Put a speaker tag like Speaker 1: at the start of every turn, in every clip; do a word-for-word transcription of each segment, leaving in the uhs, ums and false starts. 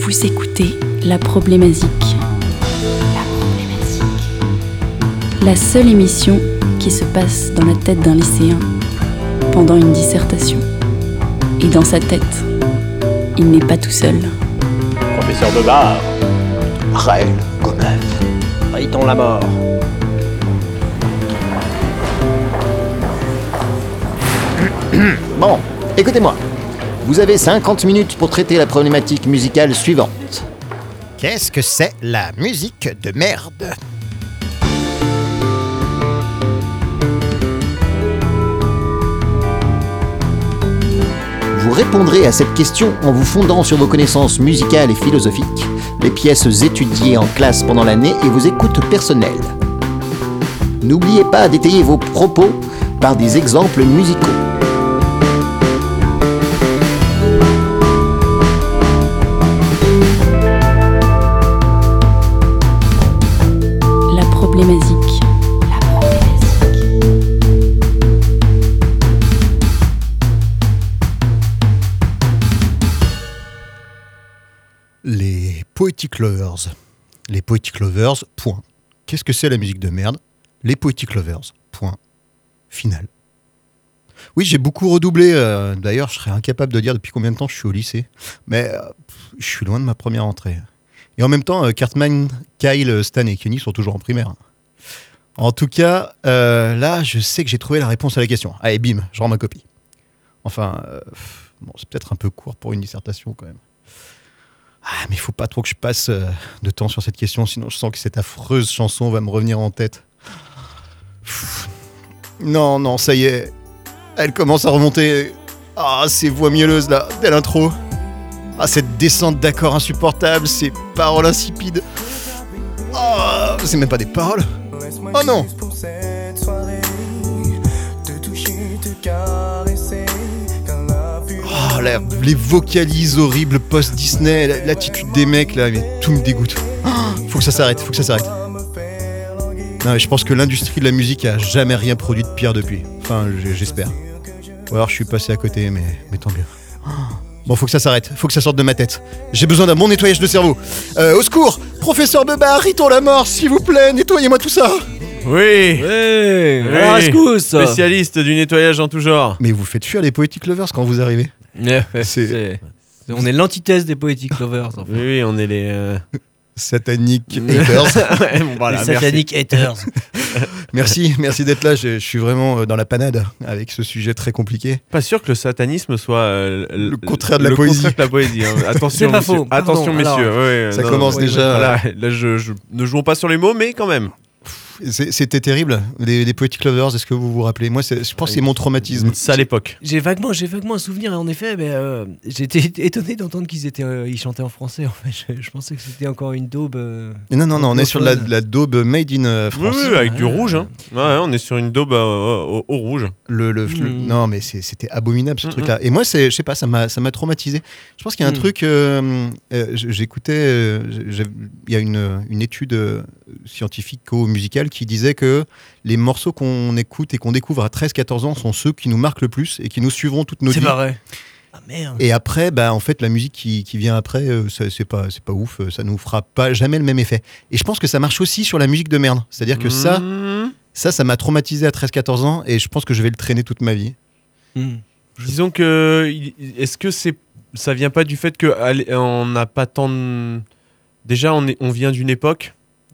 Speaker 1: Vous écoutez La Problématique. La Problématique. La seule émission qui se passe dans la tête d'un lycéen pendant une dissertation. Et dans sa tête, il n'est pas tout seul.
Speaker 2: Professeur Bebard.
Speaker 3: Raël Gomez.
Speaker 2: Riton la mort.
Speaker 3: Bon, écoutez-moi. Vous avez cinquante minutes pour traiter la problématique musicale suivante.
Speaker 4: Qu'est-ce que c'est la musique de merde ?
Speaker 3: Vous répondrez à cette question en vous fondant sur vos connaissances musicales et philosophiques, les pièces étudiées en classe pendant l'année et vos écoutes personnelles. N'oubliez pas d'étayer vos propos par des exemples musicaux.
Speaker 1: La problématique. La problématique.
Speaker 4: Les Poetic Lovers. Les Poetic Lovers, point. Qu'est-ce que c'est la musique de merde ? Les Poetic Lovers, point. Final. Oui, j'ai beaucoup redoublé. Euh, d'ailleurs, je serais incapable de dire depuis combien de temps je suis au lycée. Mais euh, je suis loin de ma première entrée. Et en même temps, euh, Cartman, Kyle, Stan et Kenny sont toujours en primaire. En tout cas, euh, là, je sais que j'ai trouvé la réponse à la question. Allez, bim, je rends ma copie. Enfin, euh, bon, c'est peut-être un peu court pour une dissertation quand même. Ah, mais il faut pas trop que je passe euh, de temps sur cette question, sinon je sens que cette affreuse chanson va me revenir en tête. Pff. Non, non, ça y est. Elle commence à remonter. Ah, ces voix mielleuses là, dès l'intro. Ah, cette descente d'accords insupportable, ces paroles insipides. Ah, c'est même pas des paroles. Oh non. Oh, la, les vocalises horribles post-Disney, la- l'attitude des mecs là, mais tout me dégoûte. Oh, faut que ça s'arrête, faut que ça s'arrête. Non, mais je pense que l'industrie de la musique a jamais rien produit de pire depuis. Enfin, j- j'espère. Ou alors je suis passé à côté, mais, mais tant mieux. Oh. Bon, faut que ça s'arrête, faut que ça sorte de ma tête. J'ai besoin d'un bon nettoyage de cerveau. Euh, au secours, professeur Bebard, Riton la mort, s'il vous plaît, nettoyez-moi tout ça.
Speaker 5: Oui,
Speaker 6: Ouais,
Speaker 5: Oui.
Speaker 6: à la rescousse.
Speaker 5: spécialiste du nettoyage en tout genre.
Speaker 4: Mais vous faites fuir les Poetic Lovers quand vous arrivez.
Speaker 6: Ouais,
Speaker 4: C'est-
Speaker 6: c'est- c'est- On est l'antithèse des Poetic Lovers. En fait.
Speaker 5: Oui, oui, on est les... euh,
Speaker 4: Satanique haters.
Speaker 5: ouais, bon, voilà,
Speaker 6: Les
Speaker 5: merci.
Speaker 6: sataniques haters.
Speaker 4: Merci, merci d'être là. Je, je suis vraiment euh, dans la panade avec ce sujet très compliqué.
Speaker 5: Pas sûr que le satanisme soit euh,
Speaker 4: Le contraire de la
Speaker 5: le
Speaker 4: poésie.
Speaker 5: contraire de la poésie. hein. Attention,
Speaker 6: C'est pas
Speaker 5: monsieur.
Speaker 6: faux, pardon,
Speaker 5: Attention,
Speaker 6: alors.
Speaker 5: messieurs. Ouais,
Speaker 4: Ça
Speaker 5: non,
Speaker 4: commence
Speaker 5: non,
Speaker 4: déjà,
Speaker 5: Voilà, là, je, je ne jouons pas sur les mots, mais quand même.
Speaker 4: C'est- C'était terrible. Les, les Poetic Lovers, est-ce que vous vous rappelez ? Moi, c'est- je pense que c'est mon traumatisme.
Speaker 5: Une sale époque.
Speaker 6: J'ai vaguement, j'ai vaguement un souvenir, en effet, mais euh, j'étais étonné d'entendre qu'ils étaient, euh, ils chantaient en français. En fait, je, je pensais que c'était encore une daube. euh,
Speaker 4: Non, non, non, on est sur de la,
Speaker 6: anglophone.
Speaker 4: de la daube made in euh,
Speaker 5: Oui,
Speaker 4: France.
Speaker 5: oui, avec du
Speaker 6: Ouais.
Speaker 5: rouge. Hein. Ouais, ouais, on est sur une daube euh, au, au rouge.
Speaker 4: Le, le, le-
Speaker 6: Mm.
Speaker 4: Non, mais c'est- c'était abominable ce
Speaker 5: Mm,
Speaker 4: truc-là. Et moi, c'est, je sais pas, ça m'a, ça m'a traumatisé. Je pense qu'il y a un
Speaker 6: Mm.
Speaker 4: truc. euh, euh, j- j'écoutais. euh, j'ai- Il y a une, une étude euh, scientifico-musicale qui disait que les morceaux qu'on écoute et qu'on découvre à treize quatorze ans sont ceux qui nous marquent le plus et qui nous suivront toute notre
Speaker 6: C'est
Speaker 4: vie.
Speaker 6: pas vrai. Ah merde.
Speaker 4: Et après, bah, en fait, la musique qui, qui vient après, euh, ça- c'est pas, c'est pas ouf, euh, ça nous fera pas jamais le même effet. Et je pense que ça marche aussi sur la musique de merde. C'est-à-dire que ça,
Speaker 5: Mmh.
Speaker 4: ça, ça m'a traumatisé à treize quatorze ans et je pense que je vais le traîner toute ma vie.
Speaker 6: Hmm.
Speaker 5: Disons que il- est-ce que c'est ça vient pas du fait que allez, on n'a pas tant de... déjà on est on vient d'une époque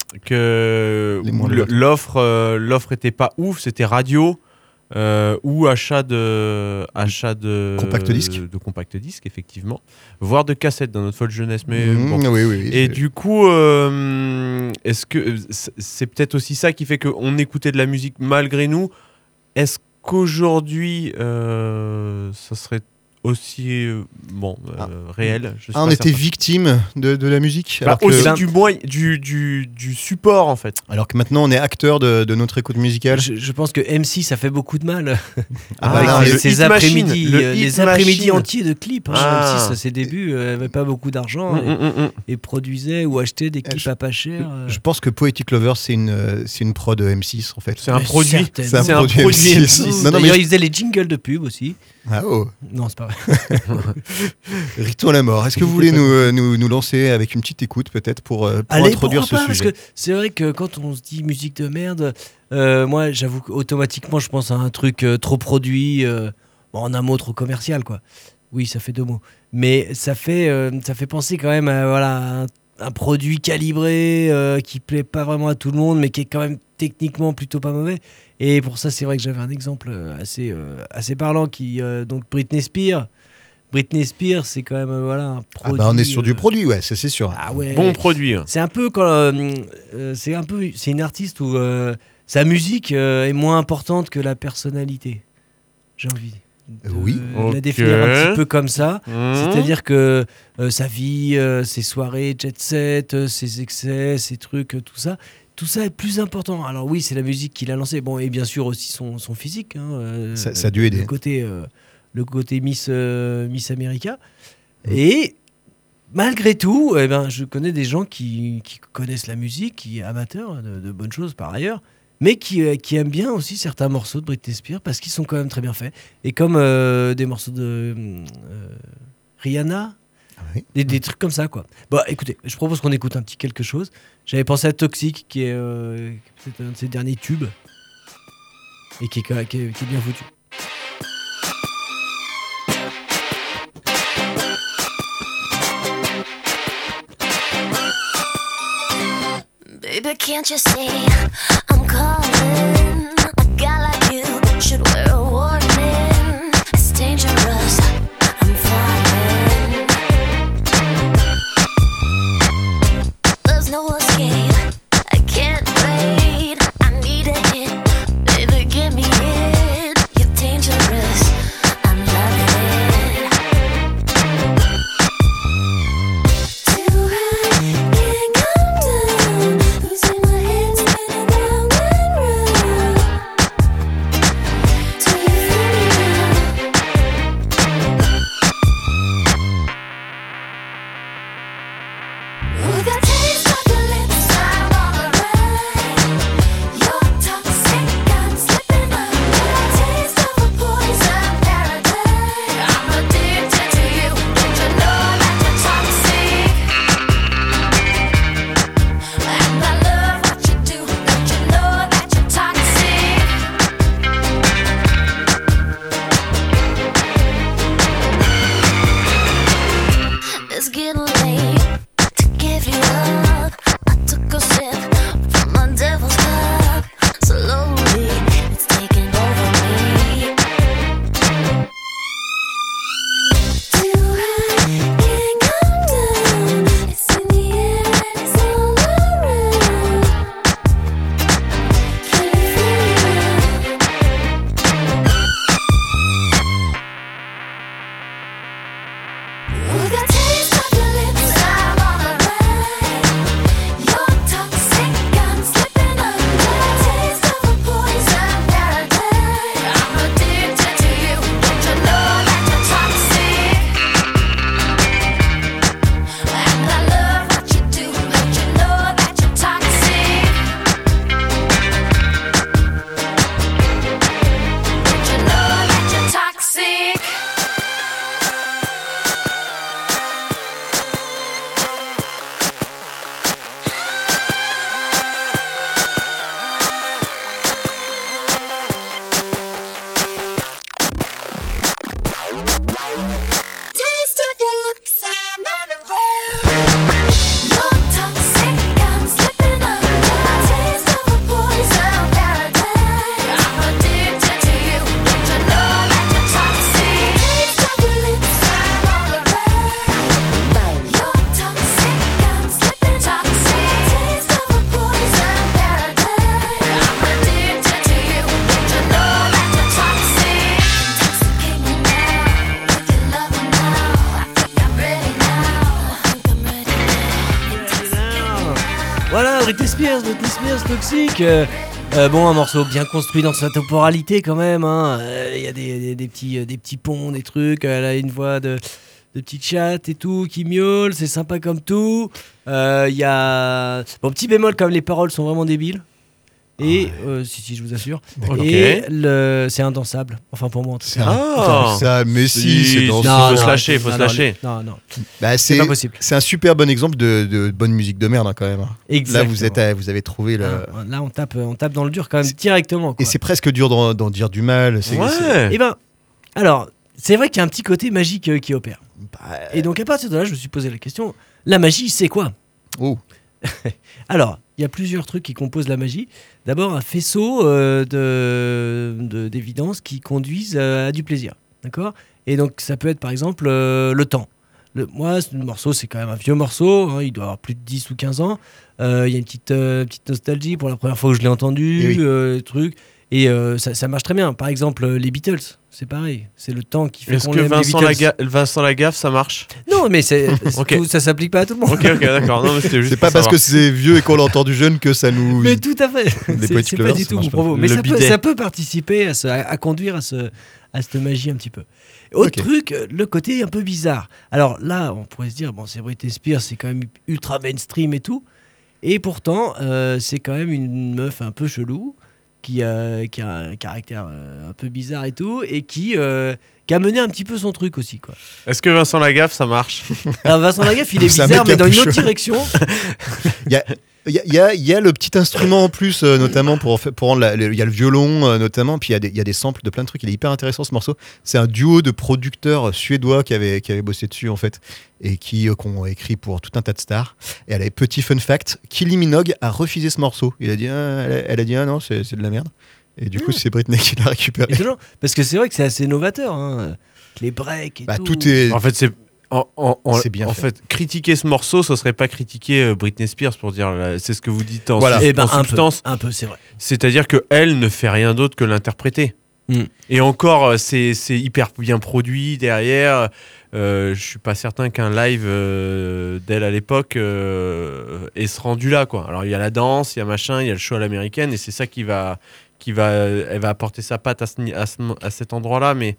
Speaker 5: que
Speaker 4: Les
Speaker 5: où
Speaker 4: moins
Speaker 5: le-
Speaker 4: lointains.
Speaker 5: l'offre euh, l'offre était pas ouf, c'était radio euh, ou achat de achat de
Speaker 4: Compact disque.
Speaker 5: de compact disque effectivement, voire de cassettes dans notre folle jeunesse, mais
Speaker 4: Mmh,
Speaker 5: bon.
Speaker 4: oui, oui, oui,
Speaker 5: Et
Speaker 4: c'est-
Speaker 5: du coup, euh, est-ce que c'est- c'est peut-être aussi ça qui fait qu'on écoutait de la musique malgré nous? Est-ce qu'aujourd'hui, euh, ça serait aussi euh, bon euh,
Speaker 4: Ah.
Speaker 5: réel? Je suis
Speaker 4: Ah, on
Speaker 5: pas
Speaker 4: était
Speaker 5: certain.
Speaker 4: victime de, de la musique.
Speaker 5: Bah,
Speaker 4: alors, que,
Speaker 5: aussi du, moyen, du, du, du support en fait.
Speaker 4: alors que maintenant, on est acteur de, de notre écoute musicale.
Speaker 6: Je, je pense que M C, ça fait beaucoup de mal.
Speaker 4: Ah,
Speaker 6: Avec
Speaker 4: bah,
Speaker 6: ces-
Speaker 4: le
Speaker 6: ces
Speaker 5: hit machine,
Speaker 6: après-midi,
Speaker 5: le
Speaker 6: euh,
Speaker 5: hit
Speaker 6: les après-midi
Speaker 5: machine.
Speaker 6: entiers de clips. Hein,
Speaker 5: Ah.
Speaker 6: M C, à ses débuts, euh, avait pas beaucoup d'argent
Speaker 5: Mm,
Speaker 6: et,
Speaker 5: mm, mm, mm.
Speaker 6: et produisait ou achetait des clips
Speaker 4: je-
Speaker 6: à pas cher. euh.
Speaker 4: Je pense que Poetic Lovers, c'est une, euh, c'est une prod M six, en fait.
Speaker 5: C'est un
Speaker 6: Mais
Speaker 5: produit.
Speaker 6: certainement.
Speaker 5: C'est un produit M six.
Speaker 4: Non, non, mais
Speaker 6: D'ailleurs,
Speaker 4: je-
Speaker 6: ils faisaient les jingles de pub aussi.
Speaker 4: Ah oh.
Speaker 6: Non, c'est pas vrai.
Speaker 4: Ritons à la mort. Est-ce que vous voulez nous, euh, nous, nous lancer avec une petite écoute peut-être pour, euh, pour
Speaker 6: Allez,
Speaker 4: introduire ce
Speaker 6: pourquoi pas,
Speaker 4: sujet
Speaker 6: parce que c'est vrai que quand on se dit musique de merde, euh, moi j'avoue qu'automatiquement je pense à un truc euh, trop produit, euh, bon, en un mot trop commercial quoi. Oui, ça fait deux mots. Mais ça fait, euh, ça fait penser quand même à voilà, un, un produit calibré euh, qui plaît pas vraiment à tout le monde mais qui est quand même techniquement plutôt pas mauvais. Et pour ça c'est vrai que j'avais un exemple assez, euh, assez parlant qui, euh, donc Britney Spears. Britney Spears, c'est quand même euh, voilà, un
Speaker 4: ah
Speaker 6: produit.
Speaker 4: bah on est sur du
Speaker 6: euh,
Speaker 4: produit, ouais, ça c'est sûr.
Speaker 6: Ah ouais.
Speaker 5: Bon produit. hein.
Speaker 6: C'est un peu quand euh, euh, c'est un peu c'est une artiste où euh, sa musique euh, est moins importante que la personnalité. J'ai envie de
Speaker 4: Oui.
Speaker 6: la
Speaker 5: Ok.
Speaker 6: définir un petit peu comme ça.
Speaker 5: Mmh.
Speaker 6: C'est-à-dire que euh, sa vie, euh, ses soirées jet set, euh, ses excès, ses trucs, euh, tout ça, tout ça est plus important. Alors oui, c'est la musique qui l'a lancé. Bon, et bien sûr aussi son, son physique. Hein, euh,
Speaker 4: Ça- ça a dû aider.
Speaker 6: Le côté, euh, le côté Miss, euh, Miss America. Et malgré tout, eh ben, je connais des gens qui, qui connaissent la musique, qui sont amateurs de, de bonnes choses par ailleurs, mais qui, euh, qui aiment bien aussi certains morceaux de Britney Spears parce qu'ils sont quand même très bien faits. Et comme euh, des morceaux de euh, Rihanna,
Speaker 4: Ah oui.
Speaker 6: des, des trucs comme ça, quoi. Bon, écoutez, je propose qu'on écoute un petit quelque chose. J'avais pensé à Toxic, qui est, euh, qui est un de ses derniers tubes, et qui est, qui est- qui est bien foutu.
Speaker 7: Baby, can't you see I'm calling? A guy like you should wear a warning. It's dangerous. I'm falling. There's no escape. I can't wait. I need a hit. Baby, give me it. You're dangerous. I'm loving it. Too high, can't come down. Losing my head, spinning round and round. Do you feel me now? With a taste of your lips, I'm on the ride. You're toxic, I'm slipping under. A taste of a poison paradise. I'm addicted to you. Don't you know that you're toxic? And I love what you do. Don't you know that you're toxic? It's getting late to give you up. I took a sip from my devil's cup. Slowly, it's taking over me. Too high, can't come down. It's in the air and it's all around. Can you feel it now? With a taste of your lips, I'm on the ride. You're toxic, I'm slipping under. A taste of a poison paradise. I'm addicted to you. Don't you know that you're toxic? And I love what you do. Don't you know that you're toxic? Don't you know that you're toxic? Taste of your looks, I'm on the road. You're toxic, I'm slipping under. A taste of a poison paradise. I'm addicted to you. Don't you know that you're toxic? Taste of your lips, I'm on the road. You're toxic, I'm slipping toxic. Taste of a poison paradise. I'm addicted to you. Don't you know that you're toxic? Intoxicate me now with your loving now. I think I'm ready now. I think I'm ready now. Intoxicate me now.
Speaker 6: Voilà, Britney Spears, Britney Spears, Toxic. Euh, euh, bon, un morceau bien construit dans sa temporalité quand même. hein. Euh, Il y a des, des, des petits, euh, des petits ponts, des trucs. Elle a une voix de, de petite chatte et tout qui miaule. C'est sympa comme tout. Euh, Il y a. Bon, petit bémol, comme les paroles sont vraiment débiles. Et euh, si, si, je vous assure.
Speaker 5: Ok.
Speaker 6: Et le, c'est indansable. Enfin, pour moi, en tout
Speaker 4: C'est
Speaker 6: cas.
Speaker 5: Ah.
Speaker 4: ça, mais si, c'est dans
Speaker 5: Il
Speaker 6: Non,
Speaker 5: faut
Speaker 6: non,
Speaker 5: se lâcher, faut
Speaker 6: non,
Speaker 5: se
Speaker 6: non,
Speaker 5: lâcher.
Speaker 6: Non, non.
Speaker 4: Bah,
Speaker 6: C'est
Speaker 4: c'est
Speaker 6: pas possible.
Speaker 4: c'est un super bon exemple de, de bonne musique de merde hein, quand même. Là,
Speaker 6: Exactement.
Speaker 4: vous êtes, à- vous avez trouvé le.
Speaker 6: Ah, là, on tape, on tape dans le dur quand même directement.
Speaker 4: Et
Speaker 6: Quoi.
Speaker 4: c'est presque dur d'en, d'en dire du mal. C'est, c'est-
Speaker 5: Ouais.
Speaker 6: Eh ben, alors, c'est vrai qu'il y a un petit côté magique euh, qui opère.
Speaker 4: bah,
Speaker 6: Et donc, à partir de là, je me suis posé la question la magie, c'est quoi?
Speaker 4: oh.
Speaker 6: Alors, il y a plusieurs trucs qui composent la magie. D'abord, un faisceau euh, de, de- d'évidences qui conduisent euh, à du plaisir. D'accord? Et donc, ça peut être par exemple euh, le temps. Le, moi, ce morceau, c'est quand même un vieux morceau. Hein, il doit avoir plus de dix ou quinze ans. Euh, Il y a une petite, euh, petite nostalgie pour la première fois où je l'ai entendu.
Speaker 4: Eh oui.
Speaker 6: euh, truc. Et euh, ça, ça marche très bien. Par exemple, euh, les Beatles, c'est pareil. C'est le temps qui fait
Speaker 5: Est-ce
Speaker 6: qu'on
Speaker 5: que
Speaker 6: aime
Speaker 5: Vincent,
Speaker 6: les Beatles.
Speaker 5: Laga- Vincent Lagaffe, ça marche?
Speaker 6: Non, mais c'est, c'est
Speaker 5: Ok.
Speaker 6: tout- ça s'applique pas à tout le monde.
Speaker 5: Ok, ok, d'accord. Non, mais c'était juste
Speaker 4: C'est pas
Speaker 5: pour
Speaker 4: parce que
Speaker 5: savoir.
Speaker 4: c'est vieux et qu'on l'a entendu jeune que ça nous.
Speaker 6: Mais tout à fait.
Speaker 4: Les
Speaker 6: C'est,
Speaker 4: Poetic
Speaker 6: c'est pas
Speaker 4: Lovers,
Speaker 6: du
Speaker 4: ça
Speaker 6: tout
Speaker 4: marche
Speaker 6: mon
Speaker 4: pas.
Speaker 6: propos. Mais
Speaker 5: Le
Speaker 6: ça peut,
Speaker 5: bidet.
Speaker 6: ça peut participer à, ce- à, à conduire à, ce, à cette magie un petit peu. Autre
Speaker 4: Ok.
Speaker 6: truc, le côté un peu bizarre. Alors là, on pourrait se dire, bon, c'est Britney Spears, c'est quand même ultra mainstream et tout. Et pourtant, euh, c'est quand même une meuf un peu chelou qui a, qui a un caractère euh, un peu bizarre et tout, et qui, euh, qui a mené un petit peu son truc aussi, quoi.
Speaker 5: Est-ce que Vincent Lagaffe, ça marche?
Speaker 6: Alors Vincent Lagaffe, il est
Speaker 4: C'est un
Speaker 6: bizarre,
Speaker 4: mec
Speaker 6: mais
Speaker 4: un
Speaker 6: dans
Speaker 4: peu
Speaker 6: une autre
Speaker 4: chaud.
Speaker 6: direction.
Speaker 4: Il y a, il y, a, il y a- il y a le petit instrument en plus, euh, notamment pour, fa- pour rendre la- le- il y a le violon, euh, notamment, puis il y, a des, il y a des samples de plein de trucs. Il est hyper intéressant ce morceau. C'est un duo de producteurs suédois qui avaient, qui avaient bossé dessus en fait, et qui, euh, qui ont écrit pour tout un tas de stars. Et elle avait petit fun fact Kylie Minogue a refusé ce morceau. Il a dit, ah, elle, a, elle a dit, ah non, c'est, c'est de la merde. Et du coup, c'est Britney qui l'a récupéré.
Speaker 6: Étonnant, parce que c'est vrai que c'est assez novateur, hein. Les breaks et
Speaker 4: Bah,
Speaker 6: tout.
Speaker 4: tout est.
Speaker 5: En fait, c'est. En, en- en-
Speaker 4: C'est bien
Speaker 5: en
Speaker 4: fait.
Speaker 5: fait. critiquer ce morceau, ce serait pas critiquer euh, Britney Spears pour dire, là, c'est ce que vous dites en,
Speaker 4: Voilà.
Speaker 5: sus-
Speaker 6: Eh ben,
Speaker 5: en
Speaker 6: un peu,
Speaker 5: substance.
Speaker 6: un peu, c'est vrai.
Speaker 5: C'est-à-dire que elle ne fait rien d'autre que l'interpréter.
Speaker 6: Mm.
Speaker 5: Et encore, euh, c'est, c'est hyper bien produit derrière. Euh, je suis pas certain qu'un live euh, d'elle à l'époque euh, ait ce rendu là, quoi. Alors il y a la danse, il y a machin, il y a le show à l'américaine, et c'est ça qui va, qui va, elle va apporter sa patte à, ce ni- à, ce- à cet endroit-là, mais.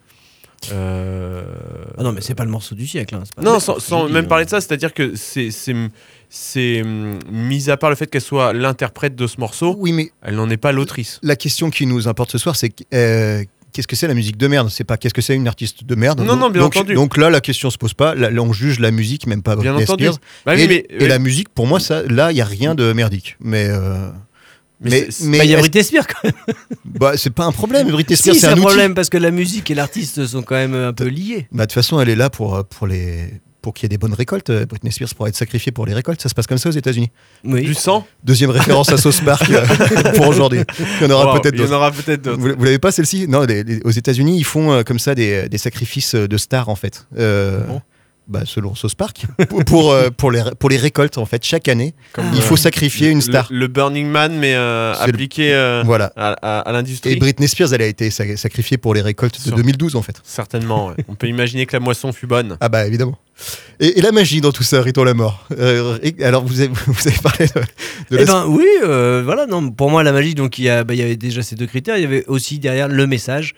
Speaker 5: euh,
Speaker 6: Ah non, mais c'est pas le morceau du siècle. Hein, c'est pas-
Speaker 5: non,
Speaker 6: Mais-
Speaker 5: sans, sans
Speaker 6: je dis,
Speaker 5: même
Speaker 6: euh,
Speaker 5: parler de ça, c'est-à-dire que c'est, c'est, c'est hum, mis à part le fait qu'elle soit l'interprète de ce morceau,
Speaker 4: Oui, mais
Speaker 5: elle n'en est pas l'autrice.
Speaker 4: la question qui nous importe ce soir, c'est que, euh, qu'est-ce que c'est la musique de merde? C'est pas qu'est-ce que c'est une artiste de merde.
Speaker 5: Non,
Speaker 4: Donc-
Speaker 5: non, bien
Speaker 4: donc,
Speaker 5: entendu.
Speaker 4: Donc là, la question se pose pas. Là, là, on juge la musique, même pas
Speaker 5: Bien
Speaker 4: Britney
Speaker 5: entendu.
Speaker 4: Spears.
Speaker 5: Bah oui,
Speaker 4: et,
Speaker 5: mais,
Speaker 4: et la musique, pour moi, ça, là, il y a rien de merdique. Mais, euh,
Speaker 5: mais
Speaker 4: mais,
Speaker 5: c'est-
Speaker 4: mais
Speaker 6: Bah, il y a
Speaker 4: est-ce-
Speaker 6: Britney Spears quand même.
Speaker 4: bah, c'est pas un problème. Britney Spears,
Speaker 6: Si,
Speaker 4: c'est
Speaker 6: c'est
Speaker 4: un
Speaker 6: un
Speaker 4: outil.
Speaker 6: problème parce que la musique et l'artiste sont quand même un peu liés.
Speaker 4: Bah, de toute façon, elle est là pour, pour les. Pour qu'il y ait des bonnes récoltes, Euh, Britney Spears pourra être sacrifiée pour les récoltes. Ça se passe comme ça aux États-Unis.
Speaker 6: Oui.
Speaker 5: Du sang.
Speaker 4: Deuxième référence à South Park euh, pour aujourd'hui. Il y en aura
Speaker 5: Wow,
Speaker 4: peut-être
Speaker 5: il y en
Speaker 4: d'autres.
Speaker 5: aura peut-être d'autres.
Speaker 4: Vous, vous l'avez pas celle-ci? Non, les- les- aux États-Unis, ils font euh, comme ça des, des sacrifices euh, de stars en fait. Euh,
Speaker 5: Bon.
Speaker 4: bah, selon South Park, pour, pour, euh, pour les, pour les récoltes en fait, chaque année,
Speaker 5: Comme,
Speaker 4: il
Speaker 5: euh,
Speaker 4: faut sacrifier une star.
Speaker 5: Le, le Burning Man, mais euh,
Speaker 4: C'est le-
Speaker 5: appliqué euh,
Speaker 4: Voilà.
Speaker 5: à, à- à l'industrie.
Speaker 4: Et Britney Spears, elle a été sa- sacrifiée pour les récoltes de
Speaker 5: Sur-
Speaker 4: deux mille douze en fait.
Speaker 5: Certainement. Ouais. On peut imaginer que la moisson fut bonne.
Speaker 4: Ah bah évidemment. Et, et la magie dans tout ça, Rito la mort. Euh, et- alors vous avez, vous avez parlé de, de
Speaker 6: Eh
Speaker 4: la-
Speaker 6: ben oui, euh, voilà. Non, pour moi, la magie, donc il y, a- bah, il y avait déjà ces deux critères. Il y avait aussi derrière le message.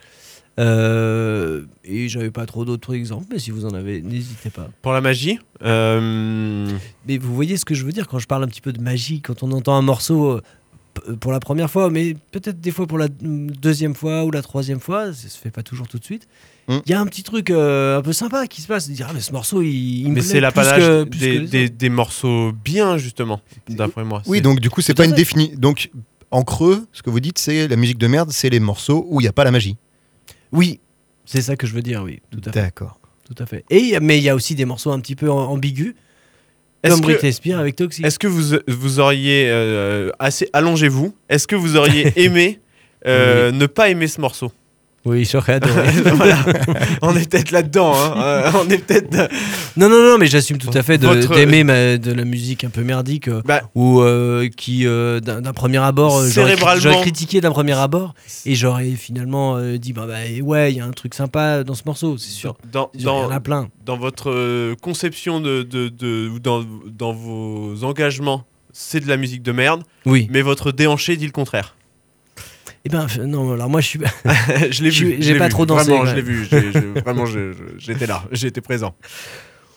Speaker 6: Euh, et j'avais pas trop d'autres exemples, mais si vous en avez, n'hésitez pas.
Speaker 5: Pour la magie, euh,
Speaker 6: Mais vous voyez ce que je veux dire quand je parle un petit peu de magie, quand on entend un morceau euh, p- pour la première fois, mais peut-être des fois pour la mm, deuxième fois ou la troisième fois, ça se fait pas toujours tout de suite. Il
Speaker 4: Mm.
Speaker 6: y a un petit truc euh, un peu sympa qui se passe, de dire ah mais ce morceau il, il me
Speaker 5: mais
Speaker 6: plaît
Speaker 5: c'est
Speaker 6: plus
Speaker 5: l'apanage
Speaker 6: que- plus
Speaker 5: des,
Speaker 6: que les
Speaker 5: des-
Speaker 6: autres.
Speaker 5: des morceaux bien, justement, d'après moi.
Speaker 4: Oui,
Speaker 5: C'est-
Speaker 4: donc du coup, c'est
Speaker 6: Tout à
Speaker 4: pas une
Speaker 6: fait.
Speaker 4: définition. Donc en creux, ce que vous dites, c'est la musique de merde, c'est les morceaux où il n'y a pas la magie.
Speaker 6: Oui, c'est ça que je veux dire, oui, tout à fait.
Speaker 4: D'accord.
Speaker 6: Tout à fait. Et, il y a- mais il y a aussi des morceaux un petit peu am- ambigus,
Speaker 5: Est-ce
Speaker 6: comme
Speaker 5: que-
Speaker 6: Britney Spears avec Toxic.
Speaker 5: Est-ce que vous, vous auriez euh, assez allongez-vous? Est-ce que vous auriez aimé euh, ne pas aimer ce morceau?
Speaker 6: Oui, j'aurais adoré.
Speaker 5: Voilà. On est peut-être là-dedans. Hein. Euh, on est peut-être.
Speaker 6: non, non, non, mais j'assume tout à fait de-
Speaker 5: Votre-
Speaker 6: d'aimer ma- de la musique un peu merdique euh,
Speaker 5: Bah,
Speaker 6: ou euh, qui, euh, d'un d'un premier abord, euh, j'aurais
Speaker 5: Cérébralement.
Speaker 6: j'aurais critiqué d'un premier abord et j'aurais finalement euh, dit bah, bah ouais, il y a un truc sympa dans ce morceau, c'est sûr.
Speaker 5: dans,
Speaker 6: Il y en
Speaker 5: dans,
Speaker 6: a plein.
Speaker 5: dans votre euh, conception de, de, de- ou dans, dans vos engagements, c'est de la musique de merde,
Speaker 6: Oui.
Speaker 5: mais votre déhanché dit le contraire.
Speaker 6: Eh ben f- non, alors moi je suis.
Speaker 5: je l'ai
Speaker 6: Je
Speaker 5: vu.
Speaker 6: suis-
Speaker 5: je
Speaker 6: j'ai
Speaker 5: l'ai
Speaker 6: pas
Speaker 5: vu.
Speaker 6: trop dansé,
Speaker 5: Vraiment,
Speaker 6: ouais.
Speaker 5: je l'ai vu. j'ai- je- vraiment, je- je- j'étais là. J'étais présent.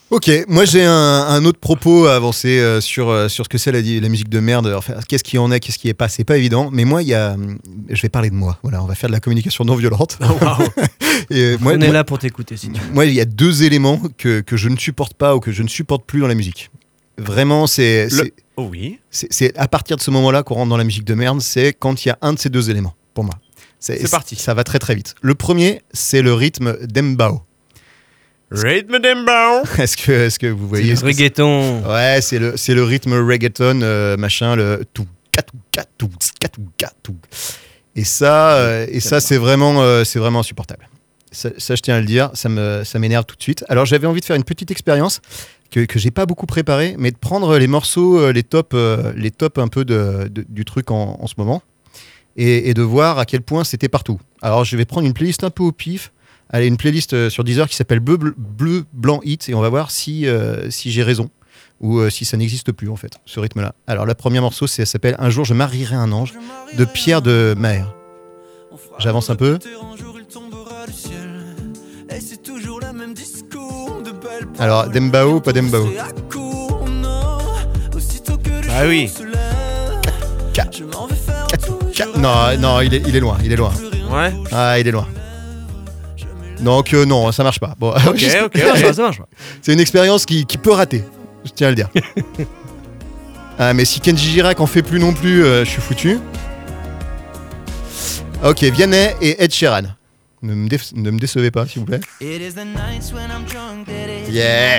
Speaker 4: Ok, moi j'ai un, un autre propos à avancer euh, sur, euh, sur ce que c'est la, la musique de merde. Enfin, qu'est-ce qui en est, qu'est-ce qui est pas, c'est pas évident. Mais moi, il y a, je vais parler de moi. Voilà, on va faire de la communication non violente. Et, euh, moi,
Speaker 6: On est
Speaker 4: moi-
Speaker 6: là pour t'écouter si tu veux.
Speaker 4: Moi, il y a deux éléments que, que je ne supporte pas ou que je ne supporte plus dans la musique. Vraiment, c'est
Speaker 5: Le-
Speaker 4: c'est-
Speaker 5: Oh oui.
Speaker 4: c'est c'est à partir de ce moment-là qu'on rentre dans la musique de merde. C'est quand il y a un de ces deux éléments, pour moi.
Speaker 5: C'est parti.
Speaker 4: Ça va très très vite. Le premier, c'est le rythme d'embao.
Speaker 5: Rhythm Dembow.
Speaker 4: Est-ce que, est-ce que vous voyez
Speaker 6: Le
Speaker 4: ce que c'est?
Speaker 6: reggaeton.
Speaker 4: Ouais, c'est le, c'est le rythme reggaeton, euh, machin, le tout, catou, catou, catou, catou. Et ça, euh, et ça c'est vraiment, euh, c'est vraiment insupportable. Ça, ça, je tiens à le dire, ça, me, ça m'énerve tout de suite. Alors, j'avais envie de faire une petite expérience que, que j'ai pas beaucoup préparée, mais de prendre les morceaux, euh, les tops, euh, les tops un peu de, de- du truc en, en ce moment, et, et de voir à quel point c'était partout. Alors, je vais prendre une playlist un peu au pif. Allez, une playlist euh, sur Deezer qui s'appelle Bleu, Bleu, Bleu, Blanc Hit, et on va voir si, euh, si j'ai raison ou euh, si ça n'existe plus en fait, ce rythme-là. Alors, le premier morceau, c'est, ça s'appelle Un jour je marierai un ange de Pierre de Maher. J'avance un peu. Alors, Dembao ou pas Dembao?
Speaker 5: Bah oui.
Speaker 4: Ca- ca- Non, non, il est, il est loin, il est loin.
Speaker 5: Ouais.
Speaker 4: Ah, il est loin. Donc, euh, non, ça marche pas. Bon,
Speaker 5: Ok,
Speaker 4: juste-
Speaker 5: ok.
Speaker 6: Ça marche pas, ça marche pas.
Speaker 4: C'est une expérience qui, qui peut rater, je tiens à le dire. Ah, mais si Kenji Girac en fait plus non plus, euh, je suis foutu. Ok, Vianney et Ed Sheeran. Ne me, déce- ne me décevez pas, s'il vous plaît. Yeah.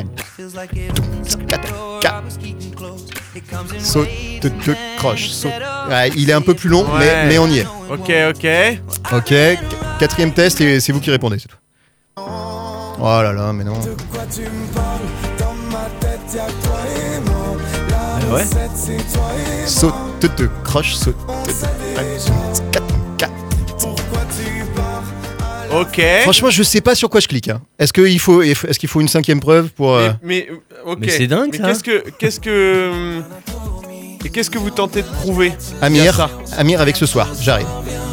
Speaker 4: Saute, te, te, croche, saute. Ouais, il est un peu plus long, mais,
Speaker 5: Ouais.
Speaker 4: mais on y est.
Speaker 5: Ok, ok.
Speaker 4: Ok, qu- quatrième test et c'est vous qui répondez, c'est tout. Oh là là, mais non.
Speaker 6: Ah ouais.
Speaker 4: Saute, te, te, croche, saute. te, te, quatre, quatre.
Speaker 5: Ok.
Speaker 4: Franchement, je sais pas sur quoi je clique. hein. Est-ce qu'il faut, est-ce qu'il faut une cinquième preuve pour. euh,
Speaker 5: Mais, mais, euh, ok.
Speaker 6: Mais c'est dingue,
Speaker 5: Mais
Speaker 6: ça.
Speaker 5: Qu'est-ce que, qu'est-ce que, hum, et qu'est-ce que vous tentez de prouver?
Speaker 4: Amir,
Speaker 5: Il y a ça.
Speaker 4: Amir avec ce soir, j'arrive.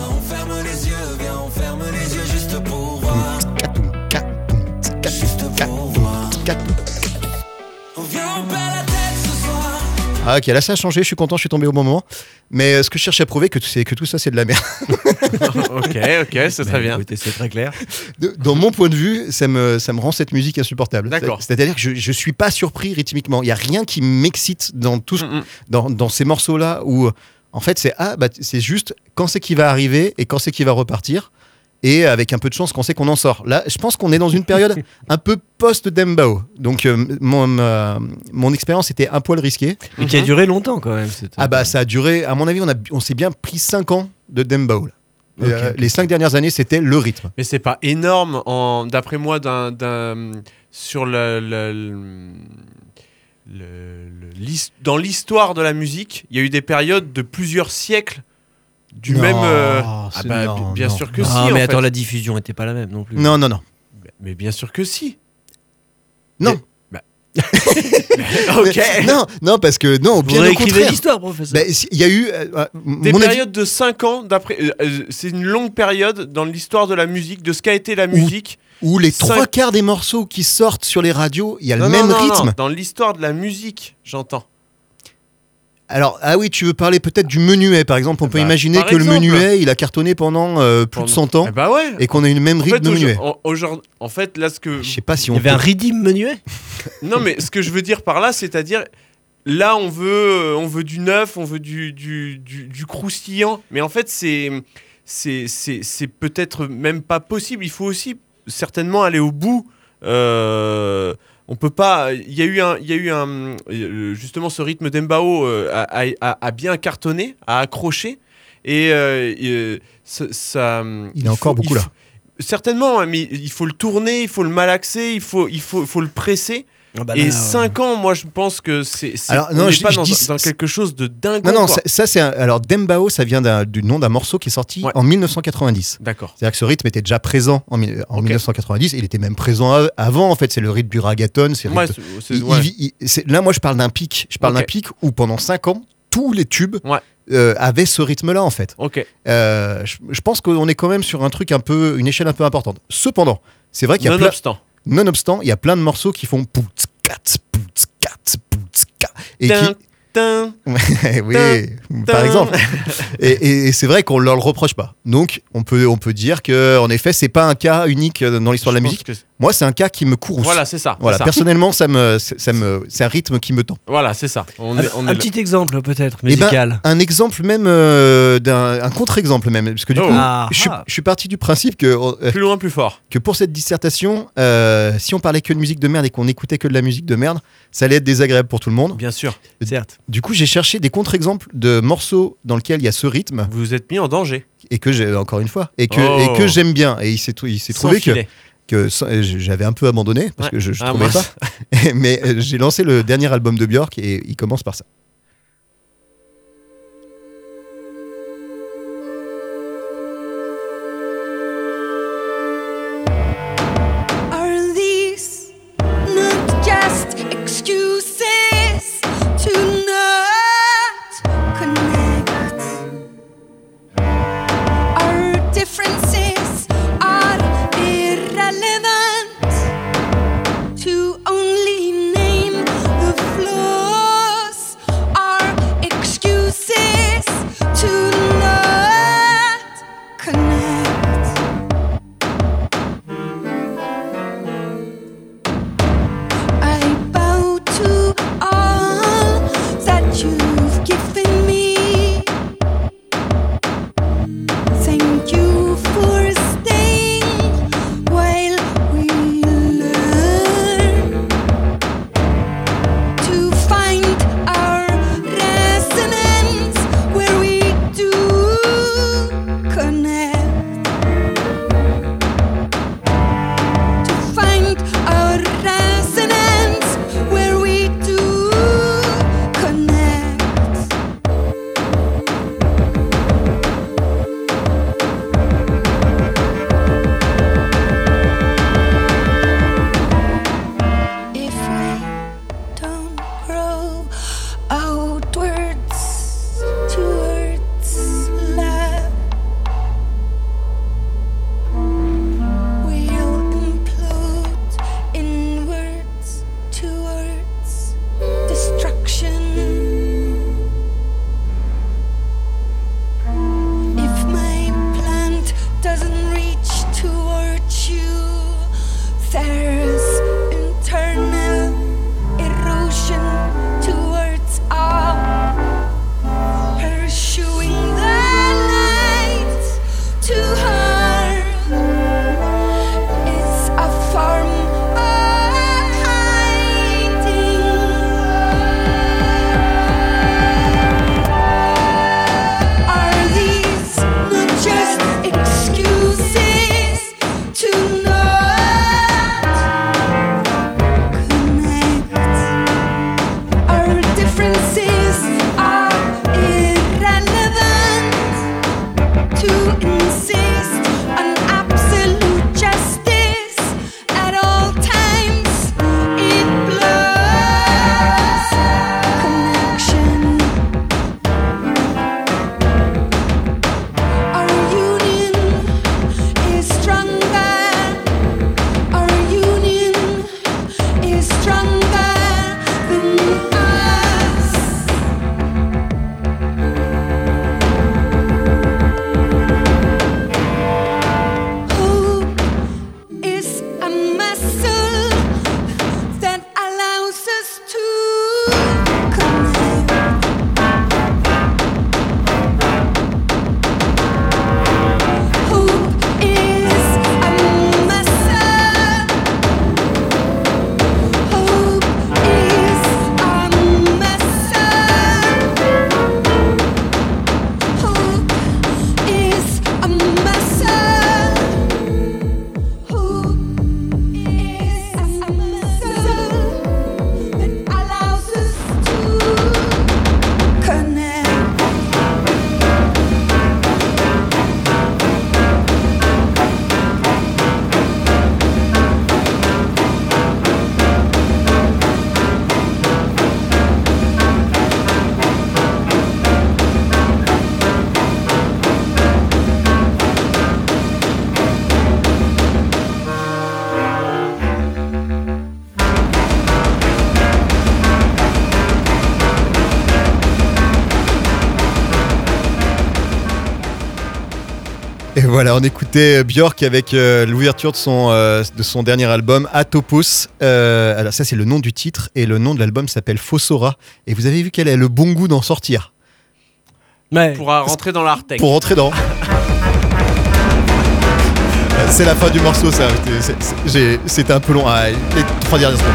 Speaker 4: Ah ok, là ça a changé, je suis content, je suis tombé au bon moment. Mais euh, ce que je cherche à prouver, que, c'est que tout ça c'est de la merde.
Speaker 5: Ok, ok, c'est très bien.
Speaker 6: Écoutez, c'est très clair.
Speaker 4: De- Dans mon point de vue, ça me, ça me rend cette musique insupportable.
Speaker 5: D'accord.
Speaker 4: C'est- C'est-à-dire que je, je suis pas surpris rythmiquement. Il y a rien qui m'excite dans, tout, ce-
Speaker 5: Mm, mm.
Speaker 4: dans, dans ces morceaux-là où, euh, en fait, c'est ah, bah, c'est juste quand c'est qu'il va arriver et quand c'est qu'il va repartir. Et avec un peu de chance, qu'on sait qu'on en sort. Là, je pense qu'on est dans une période un peu post-Dembao. Donc, euh, mon, ma- mon expérience était un poil risquée.
Speaker 6: Mais qui a duré longtemps quand même. cette-
Speaker 4: Ah bah, ça a duré, à mon avis, on, a, on s'est bien pris cinq ans de Dembao. là.
Speaker 6: Ok,
Speaker 4: Euh,
Speaker 6: ok.
Speaker 4: Les cinq dernières années, c'était le rythme.
Speaker 5: Mais c'est pas énorme, en, d'après moi, d'un, d'un, sur le, le- le- le- le- l'his- dans l'histoire de la musique, il y a eu des périodes de plusieurs siècles du
Speaker 4: Non,
Speaker 5: même. euh, ah
Speaker 4: c'est-
Speaker 5: bah,
Speaker 4: non,
Speaker 5: bien
Speaker 4: non,
Speaker 5: sûr que
Speaker 4: non.
Speaker 5: si.
Speaker 6: Ah,
Speaker 5: en
Speaker 6: mais
Speaker 5: fait.
Speaker 6: attends, la diffusion était pas la même non plus.
Speaker 4: Non, non, non.
Speaker 5: Mais bien sûr que si.
Speaker 4: Non.
Speaker 5: Ok.
Speaker 4: Mais- non, non, parce que non,
Speaker 6: Vous
Speaker 4: bien au
Speaker 6: réécrivez
Speaker 4: contraire.
Speaker 6: l'histoire, professeur.
Speaker 4: Bah, si- Il y a eu. euh, euh,
Speaker 5: Des
Speaker 4: mon avis-
Speaker 5: périodes de cinq ans, d'après. euh, euh, c'est une longue période dans l'histoire de la musique, de ce qu'a été la musique.
Speaker 4: où les
Speaker 5: cinq-
Speaker 4: trois quarts des morceaux qui sortent sur les radios, il y a le
Speaker 5: Non,
Speaker 4: même
Speaker 5: non, non,
Speaker 4: rythme.
Speaker 5: non, dans l'histoire de la musique, j'entends.
Speaker 4: Alors, ah oui, tu veux parler peut-être du menuet, par exemple. On peut
Speaker 5: Bah,
Speaker 4: imaginer
Speaker 5: par
Speaker 4: que
Speaker 5: exemple.
Speaker 4: le menuet, il a cartonné pendant euh, plus de
Speaker 5: Pendant-
Speaker 4: cent ans
Speaker 5: Eh bah ouais.
Speaker 4: et qu'on a eu le même
Speaker 5: En
Speaker 4: rythme
Speaker 5: fait,
Speaker 4: de menuet.
Speaker 5: aujourd- en- aujourd'hui- en fait, là, ce que.
Speaker 4: Je sais pas si
Speaker 6: Il
Speaker 4: on
Speaker 6: y avait
Speaker 4: peut-
Speaker 6: un rythme menuet.
Speaker 5: Non, mais ce que je veux dire par là, c'est-à-dire. Là, on veut, on veut du neuf, on veut du, du, du, du croustillant. Mais en fait, c'est, c'est, c'est, c'est peut-être même pas possible. Il faut aussi certainement aller au bout. Euh, on peut pas. Il y a eu un, il y a eu un, euh, justement, ce rythme d'Embao euh, a, a- a bien cartonné, a accroché, et, euh, et, euh, ça, ça-
Speaker 4: Il est encore beaucoup
Speaker 5: il
Speaker 4: là.
Speaker 5: faut- Certainement, hein, mais il faut le tourner, il faut le malaxer, il faut, il faut, il faut le presser.
Speaker 6: Ah bah
Speaker 5: Et
Speaker 6: là,
Speaker 5: cinq ans, moi, je pense que c'est. c'est-
Speaker 4: Alors,
Speaker 5: on
Speaker 4: non,
Speaker 5: n'est
Speaker 4: je-
Speaker 5: pas
Speaker 4: je
Speaker 5: dans,
Speaker 4: dis-
Speaker 5: dans quelque chose de dingue.
Speaker 4: Non, non,
Speaker 5: quoi.
Speaker 4: ça, ça, c'est un- alors Dembao, ça vient d'un- du nom d'un morceau qui est sorti
Speaker 5: Ouais.
Speaker 4: en mille neuf cent quatre-vingt-dix.
Speaker 5: D'accord.
Speaker 4: C'est-à-dire que ce rythme était déjà présent en, mi- en
Speaker 5: Ok.
Speaker 4: mille neuf cent quatre-vingt-dix. Il était même présent a- avant. En fait, c'est le rythme du ragaton. C'est le
Speaker 5: Ouais,
Speaker 4: rythme-
Speaker 5: c'est- c'est-
Speaker 4: il-
Speaker 5: ouais.
Speaker 4: il vit- il- c'est- là, moi, je parle d'un pic. Je parle
Speaker 5: Ok.
Speaker 4: d'un pic où pendant cinq ans, tous les tubes
Speaker 5: Ouais.
Speaker 4: euh, avaient ce rythme-là, en fait.
Speaker 5: Ok.
Speaker 4: Euh, je, je pense qu'on est quand même sur un truc un peu, une échelle un peu importante. Cependant, c'est vrai qu'il y a plein,
Speaker 5: Nonobstant.
Speaker 4: nonobstant, il y a plein de morceaux qui font pou, tsk, et
Speaker 5: Tin,
Speaker 4: qui
Speaker 5: tin.
Speaker 4: oui,
Speaker 5: Tin,
Speaker 4: par
Speaker 5: tin.
Speaker 4: exemple. Et, et- et c'est vrai qu'on leur le reproche pas. Donc on peut on peut dire que en effet c'est pas un cas unique dans l'histoire de
Speaker 5: Je
Speaker 4: la
Speaker 5: pense
Speaker 4: musique.
Speaker 5: que-
Speaker 4: Moi c'est un cas qui me courrouce.
Speaker 5: Voilà, c'est ça.
Speaker 4: Voilà,
Speaker 5: c'est ça.
Speaker 4: personnellement ça me ça me c'est un rythme qui me tend.
Speaker 5: Voilà, c'est ça. On
Speaker 6: Un,
Speaker 5: est, on
Speaker 6: un
Speaker 5: est
Speaker 6: petit exemple peut-être
Speaker 4: Eh ben,
Speaker 6: musical.
Speaker 4: un exemple même euh, d'un un contre-exemple même parce que du
Speaker 5: Oh.
Speaker 4: coup
Speaker 6: Ah,
Speaker 4: je, suis-
Speaker 6: ah.
Speaker 4: je suis parti du principe que euh,
Speaker 5: plus loin, plus fort.
Speaker 4: que pour cette dissertation euh, si on parlait que de musique de merde et qu'on écoutait que de la musique de merde, ça allait être désagréable pour tout le monde.
Speaker 5: Bien sûr.
Speaker 6: Certes.
Speaker 4: Du coup, j'ai cherché des contre-exemples de morceaux dans lesquels il y a ce rythme
Speaker 5: Vous vous êtes mis en danger.
Speaker 4: et que j'ai encore une fois et que
Speaker 5: Oh.
Speaker 4: et que j'aime bien et il s'est trou- il s'est
Speaker 5: Sans
Speaker 4: trouvé que
Speaker 5: filet.
Speaker 4: que sans- euh, j'avais un peu abandonné parce
Speaker 5: Ouais.
Speaker 4: que je, je
Speaker 5: Ah,
Speaker 4: trouvais
Speaker 5: moi.
Speaker 4: pas. Mais euh, j'ai lancé le dernier album de Björk et il commence par ça.
Speaker 7: Are these not just excuses to not connect? Our differences are irrelevant to only name the flaws. Our excuses to not connect. I bow to all that you've given me. Thank you for staying while we learn to find our resonance where we do connect. To find our resonance where we do connect. If we don't grow outwards towards love, we'll implode inwards towards destruction. If my plant doesn't reach towards you, there's internal erosion towards all. Pursuing the light to her is a form of hiding. Are these not just excuses to not connect? Our differences are irrelevant to insist on absolute justice at all times. It blurs connection. Our union is stronger. Our union is stronger than us. Hope is a muscle that allows us to connect. Hope is a muscle. Hope
Speaker 4: Voilà, on écoutait Björk avec euh, l'ouverture de son, euh, de son dernier album, Atopos. Euh, alors ça, c'est le nom du titre, et le nom de l'album s'appelle Fossora. Et vous avez vu qu'elle a le bon goût d'en sortir.
Speaker 6: Ouais.
Speaker 5: Pour euh, rentrer dans l'Artec.
Speaker 4: Pour rentrer dans... C'est la fin du morceau, ça. C'est- c'est- c'est- j'ai- C'était un peu long. Ah, les trois dernières secondes.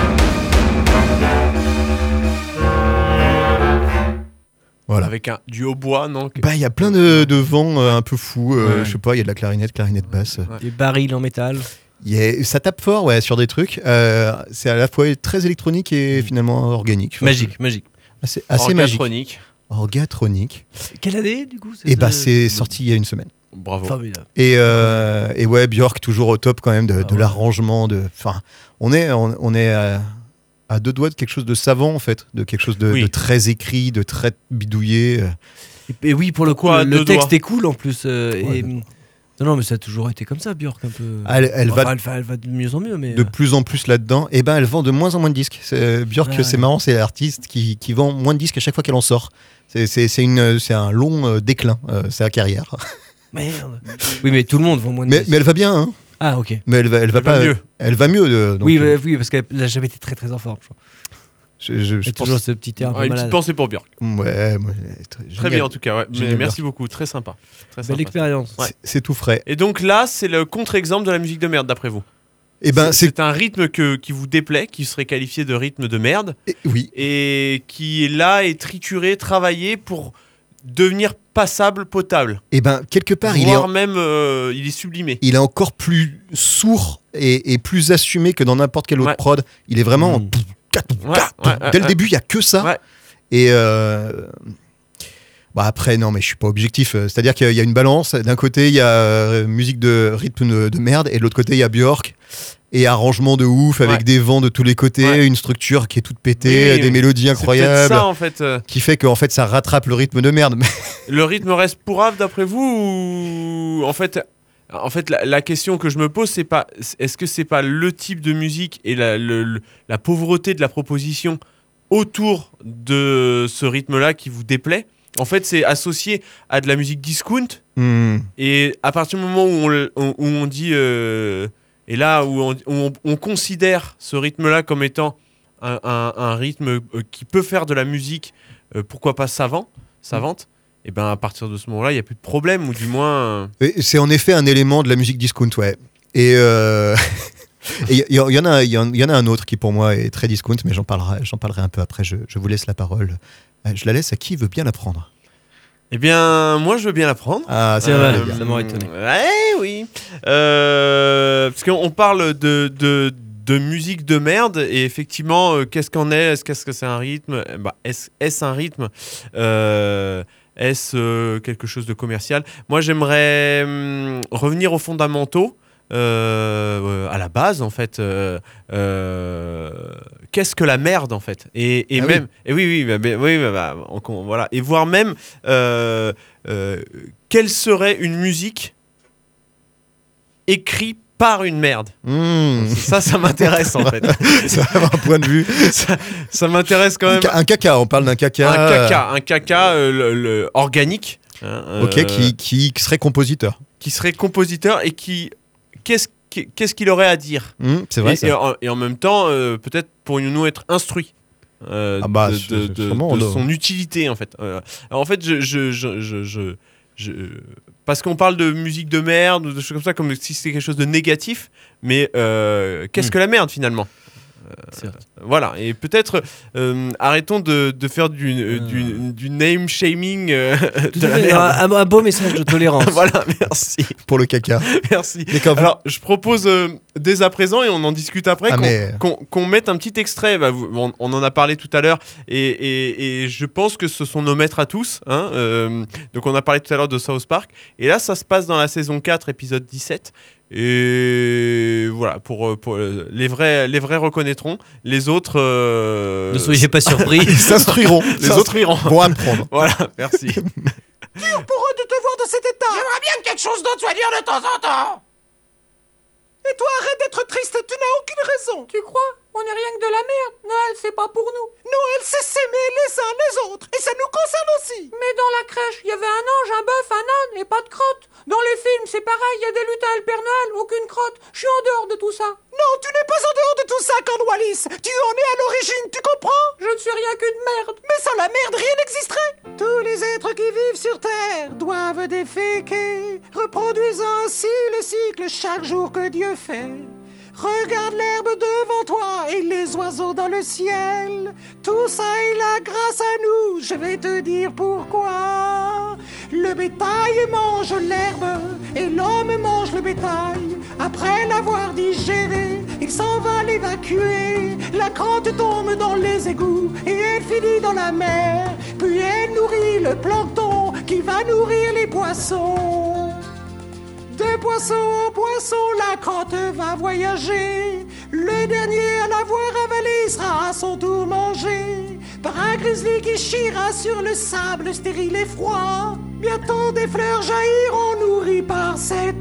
Speaker 4: Voilà.
Speaker 5: Avec un, du hautbois, non
Speaker 4: Bah, il y a plein de, de vents euh, un peu fous. euh,
Speaker 6: Ouais.
Speaker 4: Je sais pas, il y a de la clarinette, clarinette basse.
Speaker 5: Ouais.
Speaker 6: Des barils en métal.
Speaker 4: Il y a- ça tape fort, ouais, sur des trucs. Euh, c'est à la fois très électronique et finalement organique. Enfin,
Speaker 6: Magique, magique.
Speaker 4: Assez, assez magique.
Speaker 5: Orgatronique.
Speaker 4: Orgatronique.
Speaker 6: Quelle année, du coup
Speaker 4: Et bah,
Speaker 6: de-
Speaker 4: c'est sorti il y a une semaine.
Speaker 5: Bravo.
Speaker 6: Formidable.
Speaker 4: Et, euh, et ouais, Björk toujours au top quand même de,
Speaker 6: Ah
Speaker 4: de
Speaker 6: ouais.
Speaker 4: l'arrangement. De, enfin, on est, on, on est à, à deux doigts de quelque chose de savant en fait, de quelque chose de,
Speaker 5: Oui.
Speaker 4: de très écrit, de très bidouillé.
Speaker 6: Et, et oui, pour le coup,
Speaker 5: Quoi,
Speaker 6: le
Speaker 5: deux
Speaker 6: texte
Speaker 5: doigts.
Speaker 6: est cool en plus. euh,
Speaker 4: Ouais,
Speaker 6: et,
Speaker 4: deux
Speaker 6: non, non, mais ça a toujours été comme ça, Björk, un peu.
Speaker 4: Elle, elle
Speaker 6: Enfin,
Speaker 4: va
Speaker 6: elle, va, elle va de mieux en mieux, mais.
Speaker 4: de
Speaker 6: euh,
Speaker 4: plus en plus là-dedans. Et ben, elle vend de moins en moins de disques. C'est- Björk,
Speaker 6: Ah ouais.
Speaker 4: c'est marrant, c'est l'artiste qui, qui vend moins de disques à chaque fois qu'elle en sort. C'est, c'est, c'est, une, c'est un long euh, déclin, euh, sa carrière.
Speaker 6: Merde. Oui, mais tout le monde vend moins de
Speaker 4: Mais,
Speaker 6: disques.
Speaker 4: mais elle va bien, hein.
Speaker 6: Ah, ok.
Speaker 4: Mais elle va, elle va
Speaker 5: Elle va
Speaker 4: pas.
Speaker 5: mieux.
Speaker 4: Elle va mieux. de- donc,
Speaker 6: oui,
Speaker 4: euh,
Speaker 6: bah, oui, parce qu'elle n'a jamais été très très en forme. Je crois.
Speaker 4: je, je, je
Speaker 6: Elle a
Speaker 4: pense.
Speaker 6: toujours ce petit air un peu
Speaker 5: Ouais, une
Speaker 6: malade.
Speaker 5: petite pensée pour Björk.
Speaker 4: Ouais, moi, elle est très,
Speaker 5: Très
Speaker 4: génial.
Speaker 5: bien en tout cas. Ouais.
Speaker 4: Génial,
Speaker 5: Mais merci beaucoup. Très sympa. Très
Speaker 6: Belle
Speaker 5: sympa.
Speaker 6: expérience.
Speaker 5: Ouais.
Speaker 4: C'est, c'est tout frais.
Speaker 5: Et donc là, c'est le contre-exemple de la musique de merde, d'après vous.
Speaker 4: Et ben,
Speaker 5: c'est,
Speaker 4: c'est.
Speaker 5: c'est un rythme que, qui vous déplaît, qui serait qualifié de rythme de merde,
Speaker 4: et- Oui.
Speaker 5: et qui est là est trituré, travaillé pour devenir passable, potable.
Speaker 4: Et ben, quelque part, il est,
Speaker 5: Voire
Speaker 4: en-
Speaker 5: même, euh, il est sublimé.
Speaker 4: il est encore plus sourd et, et plus assumé que dans n'importe quel autre
Speaker 5: Ouais.
Speaker 4: prod. Il est vraiment.
Speaker 6: Mmh.
Speaker 5: Ouais, ouais, ouais,
Speaker 4: Dès le
Speaker 5: ouais.
Speaker 4: début, il y a que ça.
Speaker 5: Ouais.
Speaker 4: Et euh, bah après, non, mais je suis pas objectif. C'est-à-dire qu'il y a une balance. D'un côté, il y a euh, musique de rythme de, de merde, et de l'autre côté, il y a Björk. Et arrangement de ouf avec
Speaker 5: Ouais.
Speaker 4: des vents de tous les côtés,
Speaker 5: Ouais.
Speaker 4: une structure qui est toute pétée,
Speaker 5: Oui,
Speaker 4: des
Speaker 5: oui.
Speaker 4: mélodies
Speaker 5: C'est peut-être
Speaker 4: incroyables,
Speaker 5: ça en fait. euh,
Speaker 4: qui fait qu'en fait ça rattrape le rythme de merde.
Speaker 5: Le rythme reste pourrave d'après vous ou en fait, en fait la, la question que je me pose c'est pas est-ce que c'est pas le type de musique et la, le- le- la pauvreté de la proposition autour de ce rythme-là qui vous déplaît? En fait, c'est associé à de la musique discount
Speaker 4: Hmm.
Speaker 5: et à partir du moment où on, le- où on dit euh, et là où on, où on- on considère ce rythme-là comme étant un, un- un rythme euh, qui peut faire de la musique, euh, pourquoi pas savant, savante, et ben à partir de ce moment-là, il n'y a plus de problème, ou du moins. euh,
Speaker 4: Et c'est en effet un élément de la musique discount, ouais. Et euh, il y, y en a, il y, en- y en a un autre qui pour moi est très discount, mais j'en parlerai, j'en parlerai un peu après. Je, je vous laisse la parole. Euh, Je la laisse à qui veut bien la prendre.
Speaker 5: Eh bien, moi, je veux bien la prendre.
Speaker 4: Ah,
Speaker 6: C'est
Speaker 4: ça
Speaker 6: vrai,
Speaker 4: va bien.
Speaker 6: ça m'aurait étonné.
Speaker 5: Ouais, oui. Euh, parce qu'on parle de, de, de musique de merde, et effectivement, euh, qu'est-ce qu'en est? Est-ce qu'est-ce que c'est un rythme? Eh ben, est-ce, est-ce un rythme? Euh, Est-ce euh, quelque chose de commercial? Moi, j'aimerais hum, revenir aux fondamentaux. euh, euh, à la base en fait euh, euh, qu'est-ce que la merde en fait et, et
Speaker 4: Ah
Speaker 5: même et oui oui bah, bah, oui bah, bah, on- on- voilà et voire même euh, euh, quelle serait une musique écrite par une merde?
Speaker 4: Hmm.
Speaker 5: Ça ça m'intéresse en fait.
Speaker 4: Ça va avoir un point de vue.
Speaker 5: ça, ça m'intéresse quand
Speaker 4: Un,
Speaker 5: même.
Speaker 4: ca- un caca, on parle d'un caca.
Speaker 5: un caca un caca euh, le- le- organique hein,
Speaker 4: euh, Ok,
Speaker 5: euh,
Speaker 4: qui, qui serait compositeur.
Speaker 5: qui serait compositeur et qui qu'est-ce qui- qu'est-ce qu'il aurait à dire?
Speaker 4: Hmm, c'est vrai
Speaker 5: et,
Speaker 4: ça.
Speaker 5: et en, et en même temps, euh, peut-être pourrions-nous être instruits euh,
Speaker 4: Ah bah,
Speaker 5: de,
Speaker 4: c'est-
Speaker 5: de-
Speaker 4: c'est
Speaker 5: de-
Speaker 4: sûrement,
Speaker 5: de
Speaker 4: là.
Speaker 5: son utilité en fait. Euh, alors, en fait, je, je, je, je, je- je- parce qu'on parle de musique de merde ou de choses comme ça, comme si c'était quelque chose de négatif, mais euh, qu'est-ce
Speaker 6: Mm.
Speaker 5: que la merde finalement?
Speaker 6: C'est vrai.
Speaker 5: Voilà, et peut-être euh, arrêtons de, de faire du, euh,
Speaker 6: Mm.
Speaker 5: du, du name shaming euh,
Speaker 6: Tout
Speaker 5: de
Speaker 6: à
Speaker 5: la
Speaker 6: fait,
Speaker 5: merde.
Speaker 6: un, un beau message de tolérance.
Speaker 5: Voilà, merci,
Speaker 4: Pour le caca.
Speaker 5: merci.
Speaker 4: Mais quand vous-
Speaker 5: Alors, je propose euh, dès à présent, et on en discute après,
Speaker 4: Ah,
Speaker 5: qu'on
Speaker 4: mais-
Speaker 5: qu'on- qu'on mette un petit extrait. Bah, vous- on, on en a parlé tout à l'heure, et, et- et je pense que ce sont nos maîtres à tous. Hein, euh, donc, on a parlé tout à l'heure de South Park, et là, ça se passe dans la saison quatre, épisode dix-sept. Et voilà, pour, euh, pour euh, les vrais, les vrais reconnaîtront, les autres. euh,
Speaker 6: Ne soyez pas surpris.
Speaker 4: Ils s'instruiront.
Speaker 5: les autres iront.
Speaker 4: vont apprendre.
Speaker 5: Voilà, merci.
Speaker 7: J'aimerais bien que quelque chose d'autre soit dire de temps en temps.
Speaker 8: Et toi, arrête d'être triste, tu n'as aucune raison.
Speaker 9: Tu crois? On est rien que de la merde. Noël, c'est pas pour nous.
Speaker 8: Noël, c'est s'aimer les uns les autres. Et ça nous concerne aussi.
Speaker 9: Mais dans la crèche, il y avait un ange, un bœuf, un âne et pas de crotte. Dans les films, c'est pareil, il y a des lutins et le Père Noël, aucune crotte. Je suis en dehors de tout ça.
Speaker 8: Non, tu n'es pas en dehors de tout ça, Cornwallis. Tu en es à l'origine, tu comprends?
Speaker 9: Je ne suis rien qu'une merde.
Speaker 8: Mais sans la merde, rien n'existerait. Tous les êtres qui vivent sur Terre doivent déféquer, reproduisant ainsi le cycle chaque jour que Dieu fait. Regarde l'herbe devant toi et les oiseaux dans le ciel. Tout ça est là grâce à nous, je vais te dire pourquoi. Le bétail mange l'herbe et l'homme mange le bétail. Après l'avoir digéré, il s'en va l'évacuer. La crotte tombe dans les égouts et elle finit dans la mer. Puis elle nourrit le plancton qui va nourrir les poissons. De poisson en poisson, la crotte va voyager. Le dernier à l'avoir avalé sera à son tour mangé par un grizzly qui chiera sur le sable stérile et froid. Bientôt des fleurs jailliront nourries par cet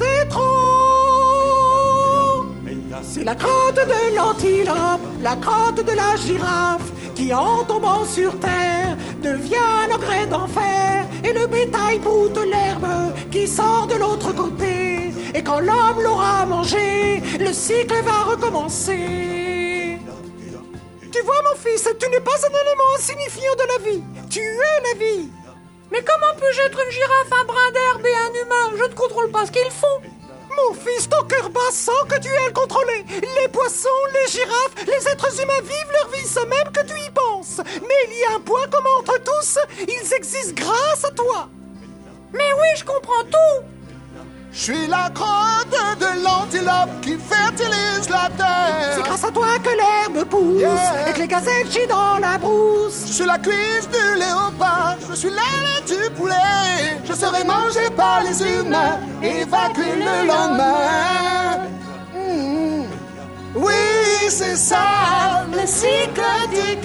Speaker 8: étron. C'est la crotte de l'antilope, la crotte de la girafe qui en tombant sur terre devient un engrais d'enfer. Et le bétail broute l'herbe qui sort de l'autre côté. Et quand l'homme l'aura mangé, le cycle va recommencer. Tu vois mon fils, tu n'es pas un élément insignifiant de la vie. Tu es la vie.
Speaker 9: Mais comment puis-je être une girafe, un brin d'herbe et un humain? Je ne contrôle pas ce qu'ils font.
Speaker 8: Mon fils, ton cœur bat sans que tu aies à le contrôler. Les poissons, les girafes, les êtres humains vivent leur vie sans même que tu y penses. Mais il y a un point commun entre tous, ils existent grâce à toi.
Speaker 9: Mais oui, je comprends tout.
Speaker 10: Je suis la crotte de l'antilope qui fertilise la terre.
Speaker 8: C'est grâce à toi que l'herbe pousse, yeah, et que les gazelles chient dans la brousse.
Speaker 10: Je suis la cuisse du léopard, je suis l'aile du poulet. Je serai mangé par les humains, évacué le lendemain. Mmh. Oui, c'est ça, le cycle du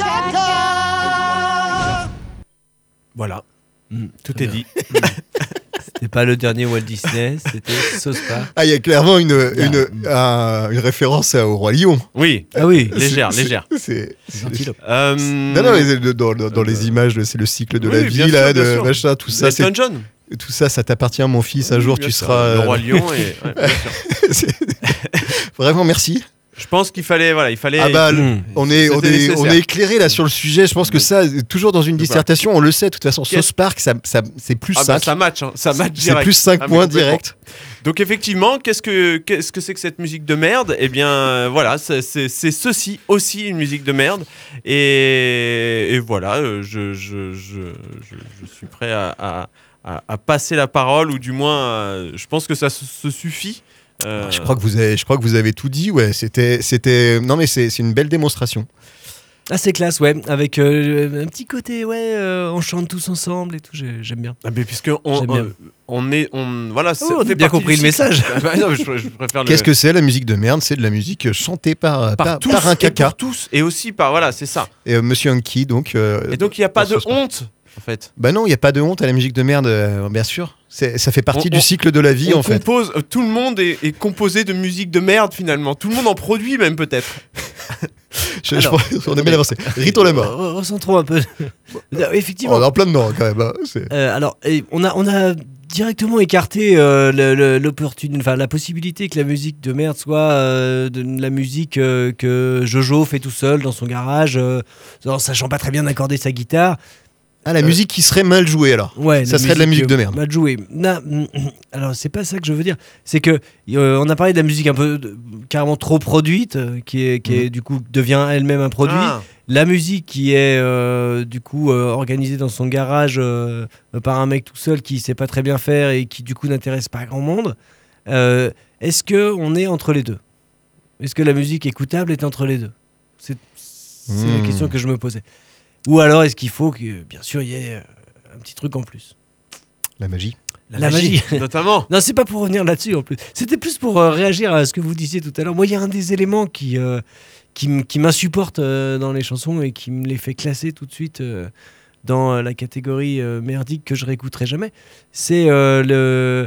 Speaker 10: caca.
Speaker 5: Voilà,
Speaker 6: Mmh,
Speaker 5: tout
Speaker 6: très
Speaker 5: est
Speaker 6: bien.
Speaker 5: dit.
Speaker 6: C'était pas le dernier Walt Disney, c'était Sauce Park.
Speaker 4: Ah, il y a clairement une, une, un- une référence au Roi Lion.
Speaker 5: Oui,
Speaker 6: Ah oui,
Speaker 5: légère,
Speaker 4: C'est-
Speaker 5: légère.
Speaker 4: C'est, c'est-
Speaker 6: antilope.
Speaker 5: Euh,
Speaker 4: Non, non, mais dans, dans- dans les images, c'est le cycle de
Speaker 5: Oui,
Speaker 4: la
Speaker 5: bien
Speaker 4: vie,
Speaker 5: sûr,
Speaker 4: là,
Speaker 5: bien
Speaker 4: de
Speaker 5: sûr.
Speaker 4: machin, tout ça. C'est,
Speaker 5: Elton John.
Speaker 4: tout ça, ça t'appartient, mon fils. Un jour,
Speaker 5: Bien
Speaker 4: tu
Speaker 5: sûr.
Speaker 4: seras.
Speaker 5: Le
Speaker 4: euh,
Speaker 5: Roi Lion. Et... ouais, bien sûr.
Speaker 4: c'est- Vraiment, merci.
Speaker 5: Je pense qu'il fallait, voilà, il fallait.
Speaker 4: Ah bah,
Speaker 6: Mmh.
Speaker 4: on est, on
Speaker 5: C'était
Speaker 4: est,
Speaker 5: nécessaire.
Speaker 4: on est éclairé là sur le sujet. Je pense que ça, toujours dans une
Speaker 5: Voilà.
Speaker 4: dissertation, on le sait. De toute façon,
Speaker 5: Qu'est-ce-
Speaker 4: South Park, ça, ça, c'est plus
Speaker 5: Ah bah,
Speaker 4: cinq.
Speaker 5: ça match, hein, ça match
Speaker 4: c'est
Speaker 5: direct.
Speaker 4: plus cinq
Speaker 5: Ah, mais
Speaker 4: points
Speaker 5: complètement.
Speaker 4: direct.
Speaker 5: Donc effectivement, qu'est-ce que qu'est-ce que c'est que cette musique de merde? Eh bien, euh, voilà, c'est, c'est, c'est ceci aussi une musique de merde. Et, et voilà, euh, je, je, je, je, je suis prêt à, à, à, à passer la parole, ou du moins, euh, je pense que ça se, se suffit. Euh,
Speaker 4: Je crois que vous avez, je crois que vous avez tout dit. Ouais, c'était, c'était. Non, mais c'est, c'est une belle démonstration.
Speaker 6: Ah, c'est classe, ouais, avec euh, un petit côté, ouais, euh, on chante tous ensemble et tout, j'ai- j'aime bien.
Speaker 5: Ah, mais puisque on,
Speaker 6: J'aime bien.
Speaker 5: on, on est, on, voilà, ça
Speaker 6: Oh, on a
Speaker 5: fait
Speaker 6: bien
Speaker 5: partie
Speaker 6: compris
Speaker 5: du
Speaker 6: le
Speaker 5: cycle.
Speaker 6: message.
Speaker 5: Ah bah non, je, je préfère le.
Speaker 4: Qu'est-ce que c'est la musique de merde? C'est de la musique chantée par,
Speaker 5: par,
Speaker 4: par,
Speaker 5: tous
Speaker 4: par un
Speaker 5: et
Speaker 4: caca.
Speaker 5: pour tous, et aussi par, voilà, c'est ça.
Speaker 4: Et euh, Monsieur Hunky, donc. euh,
Speaker 5: Et donc il n'y a pas
Speaker 4: dans
Speaker 5: de
Speaker 4: ce sport.
Speaker 5: honte, en fait.
Speaker 4: Bah non, il y a pas de honte à la musique de merde, euh, bien sûr. C'est, ça fait partie
Speaker 5: On-
Speaker 4: du
Speaker 5: on-
Speaker 4: cycle de la vie,
Speaker 5: on
Speaker 4: en fait.
Speaker 5: compose, euh, tout le monde est, est composé de musique de merde finalement. Tout le monde en produit même peut-être.
Speaker 4: Je,
Speaker 6: Alors,
Speaker 4: je, on est bien avancé. Rito la mort.
Speaker 6: Re- Recentrons un peu. Non, effectivement.
Speaker 4: On est en plein dedans, quand même. hein. C'est-
Speaker 6: Euh, alors, et on a, on a directement écarté euh, le- le- l'opportun- enfin, la possibilité que la musique de merde soit euh, de la musique euh, que Jojo fait tout seul dans son garage, euh, en sachant pas très bien accorder sa guitare.
Speaker 4: Ah, la musique qui serait mal jouée, alors.
Speaker 6: Ouais,
Speaker 4: Ça serait de la musique de merde.
Speaker 6: Mal jouée. Na- alors, c'est pas ça que je veux dire. C'est que euh, on a parlé de la musique un peu de- carrément trop produite, euh, qui est, qui est du coup devient elle-même un produit.
Speaker 5: Ah.
Speaker 6: La musique qui est euh, du coup euh, organisée dans son garage euh, par un mec tout seul qui sait pas très bien faire et qui du coup n'intéresse pas grand monde. Euh, est-ce que on est entre les deux? Est-ce que la musique écoutable est entre les deux? C'est c'est
Speaker 4: Mmh.
Speaker 6: la question que je me posais. Ou alors est-ce qu'il faut que bien sûr il y ait euh, un petit truc en plus?
Speaker 4: La magie.
Speaker 6: La, magie.
Speaker 5: Notamment.
Speaker 6: Non, c'est pas pour revenir là-dessus en plus. C'était plus pour euh, réagir à ce que vous disiez tout à l'heure. Moi, il y a un des éléments qui, euh, qui, m- qui m'insupporte euh, dans les chansons et qui me les fait classer tout de suite euh, dans euh, la catégorie euh, merdique que je réécouterai jamais. C'est euh, le,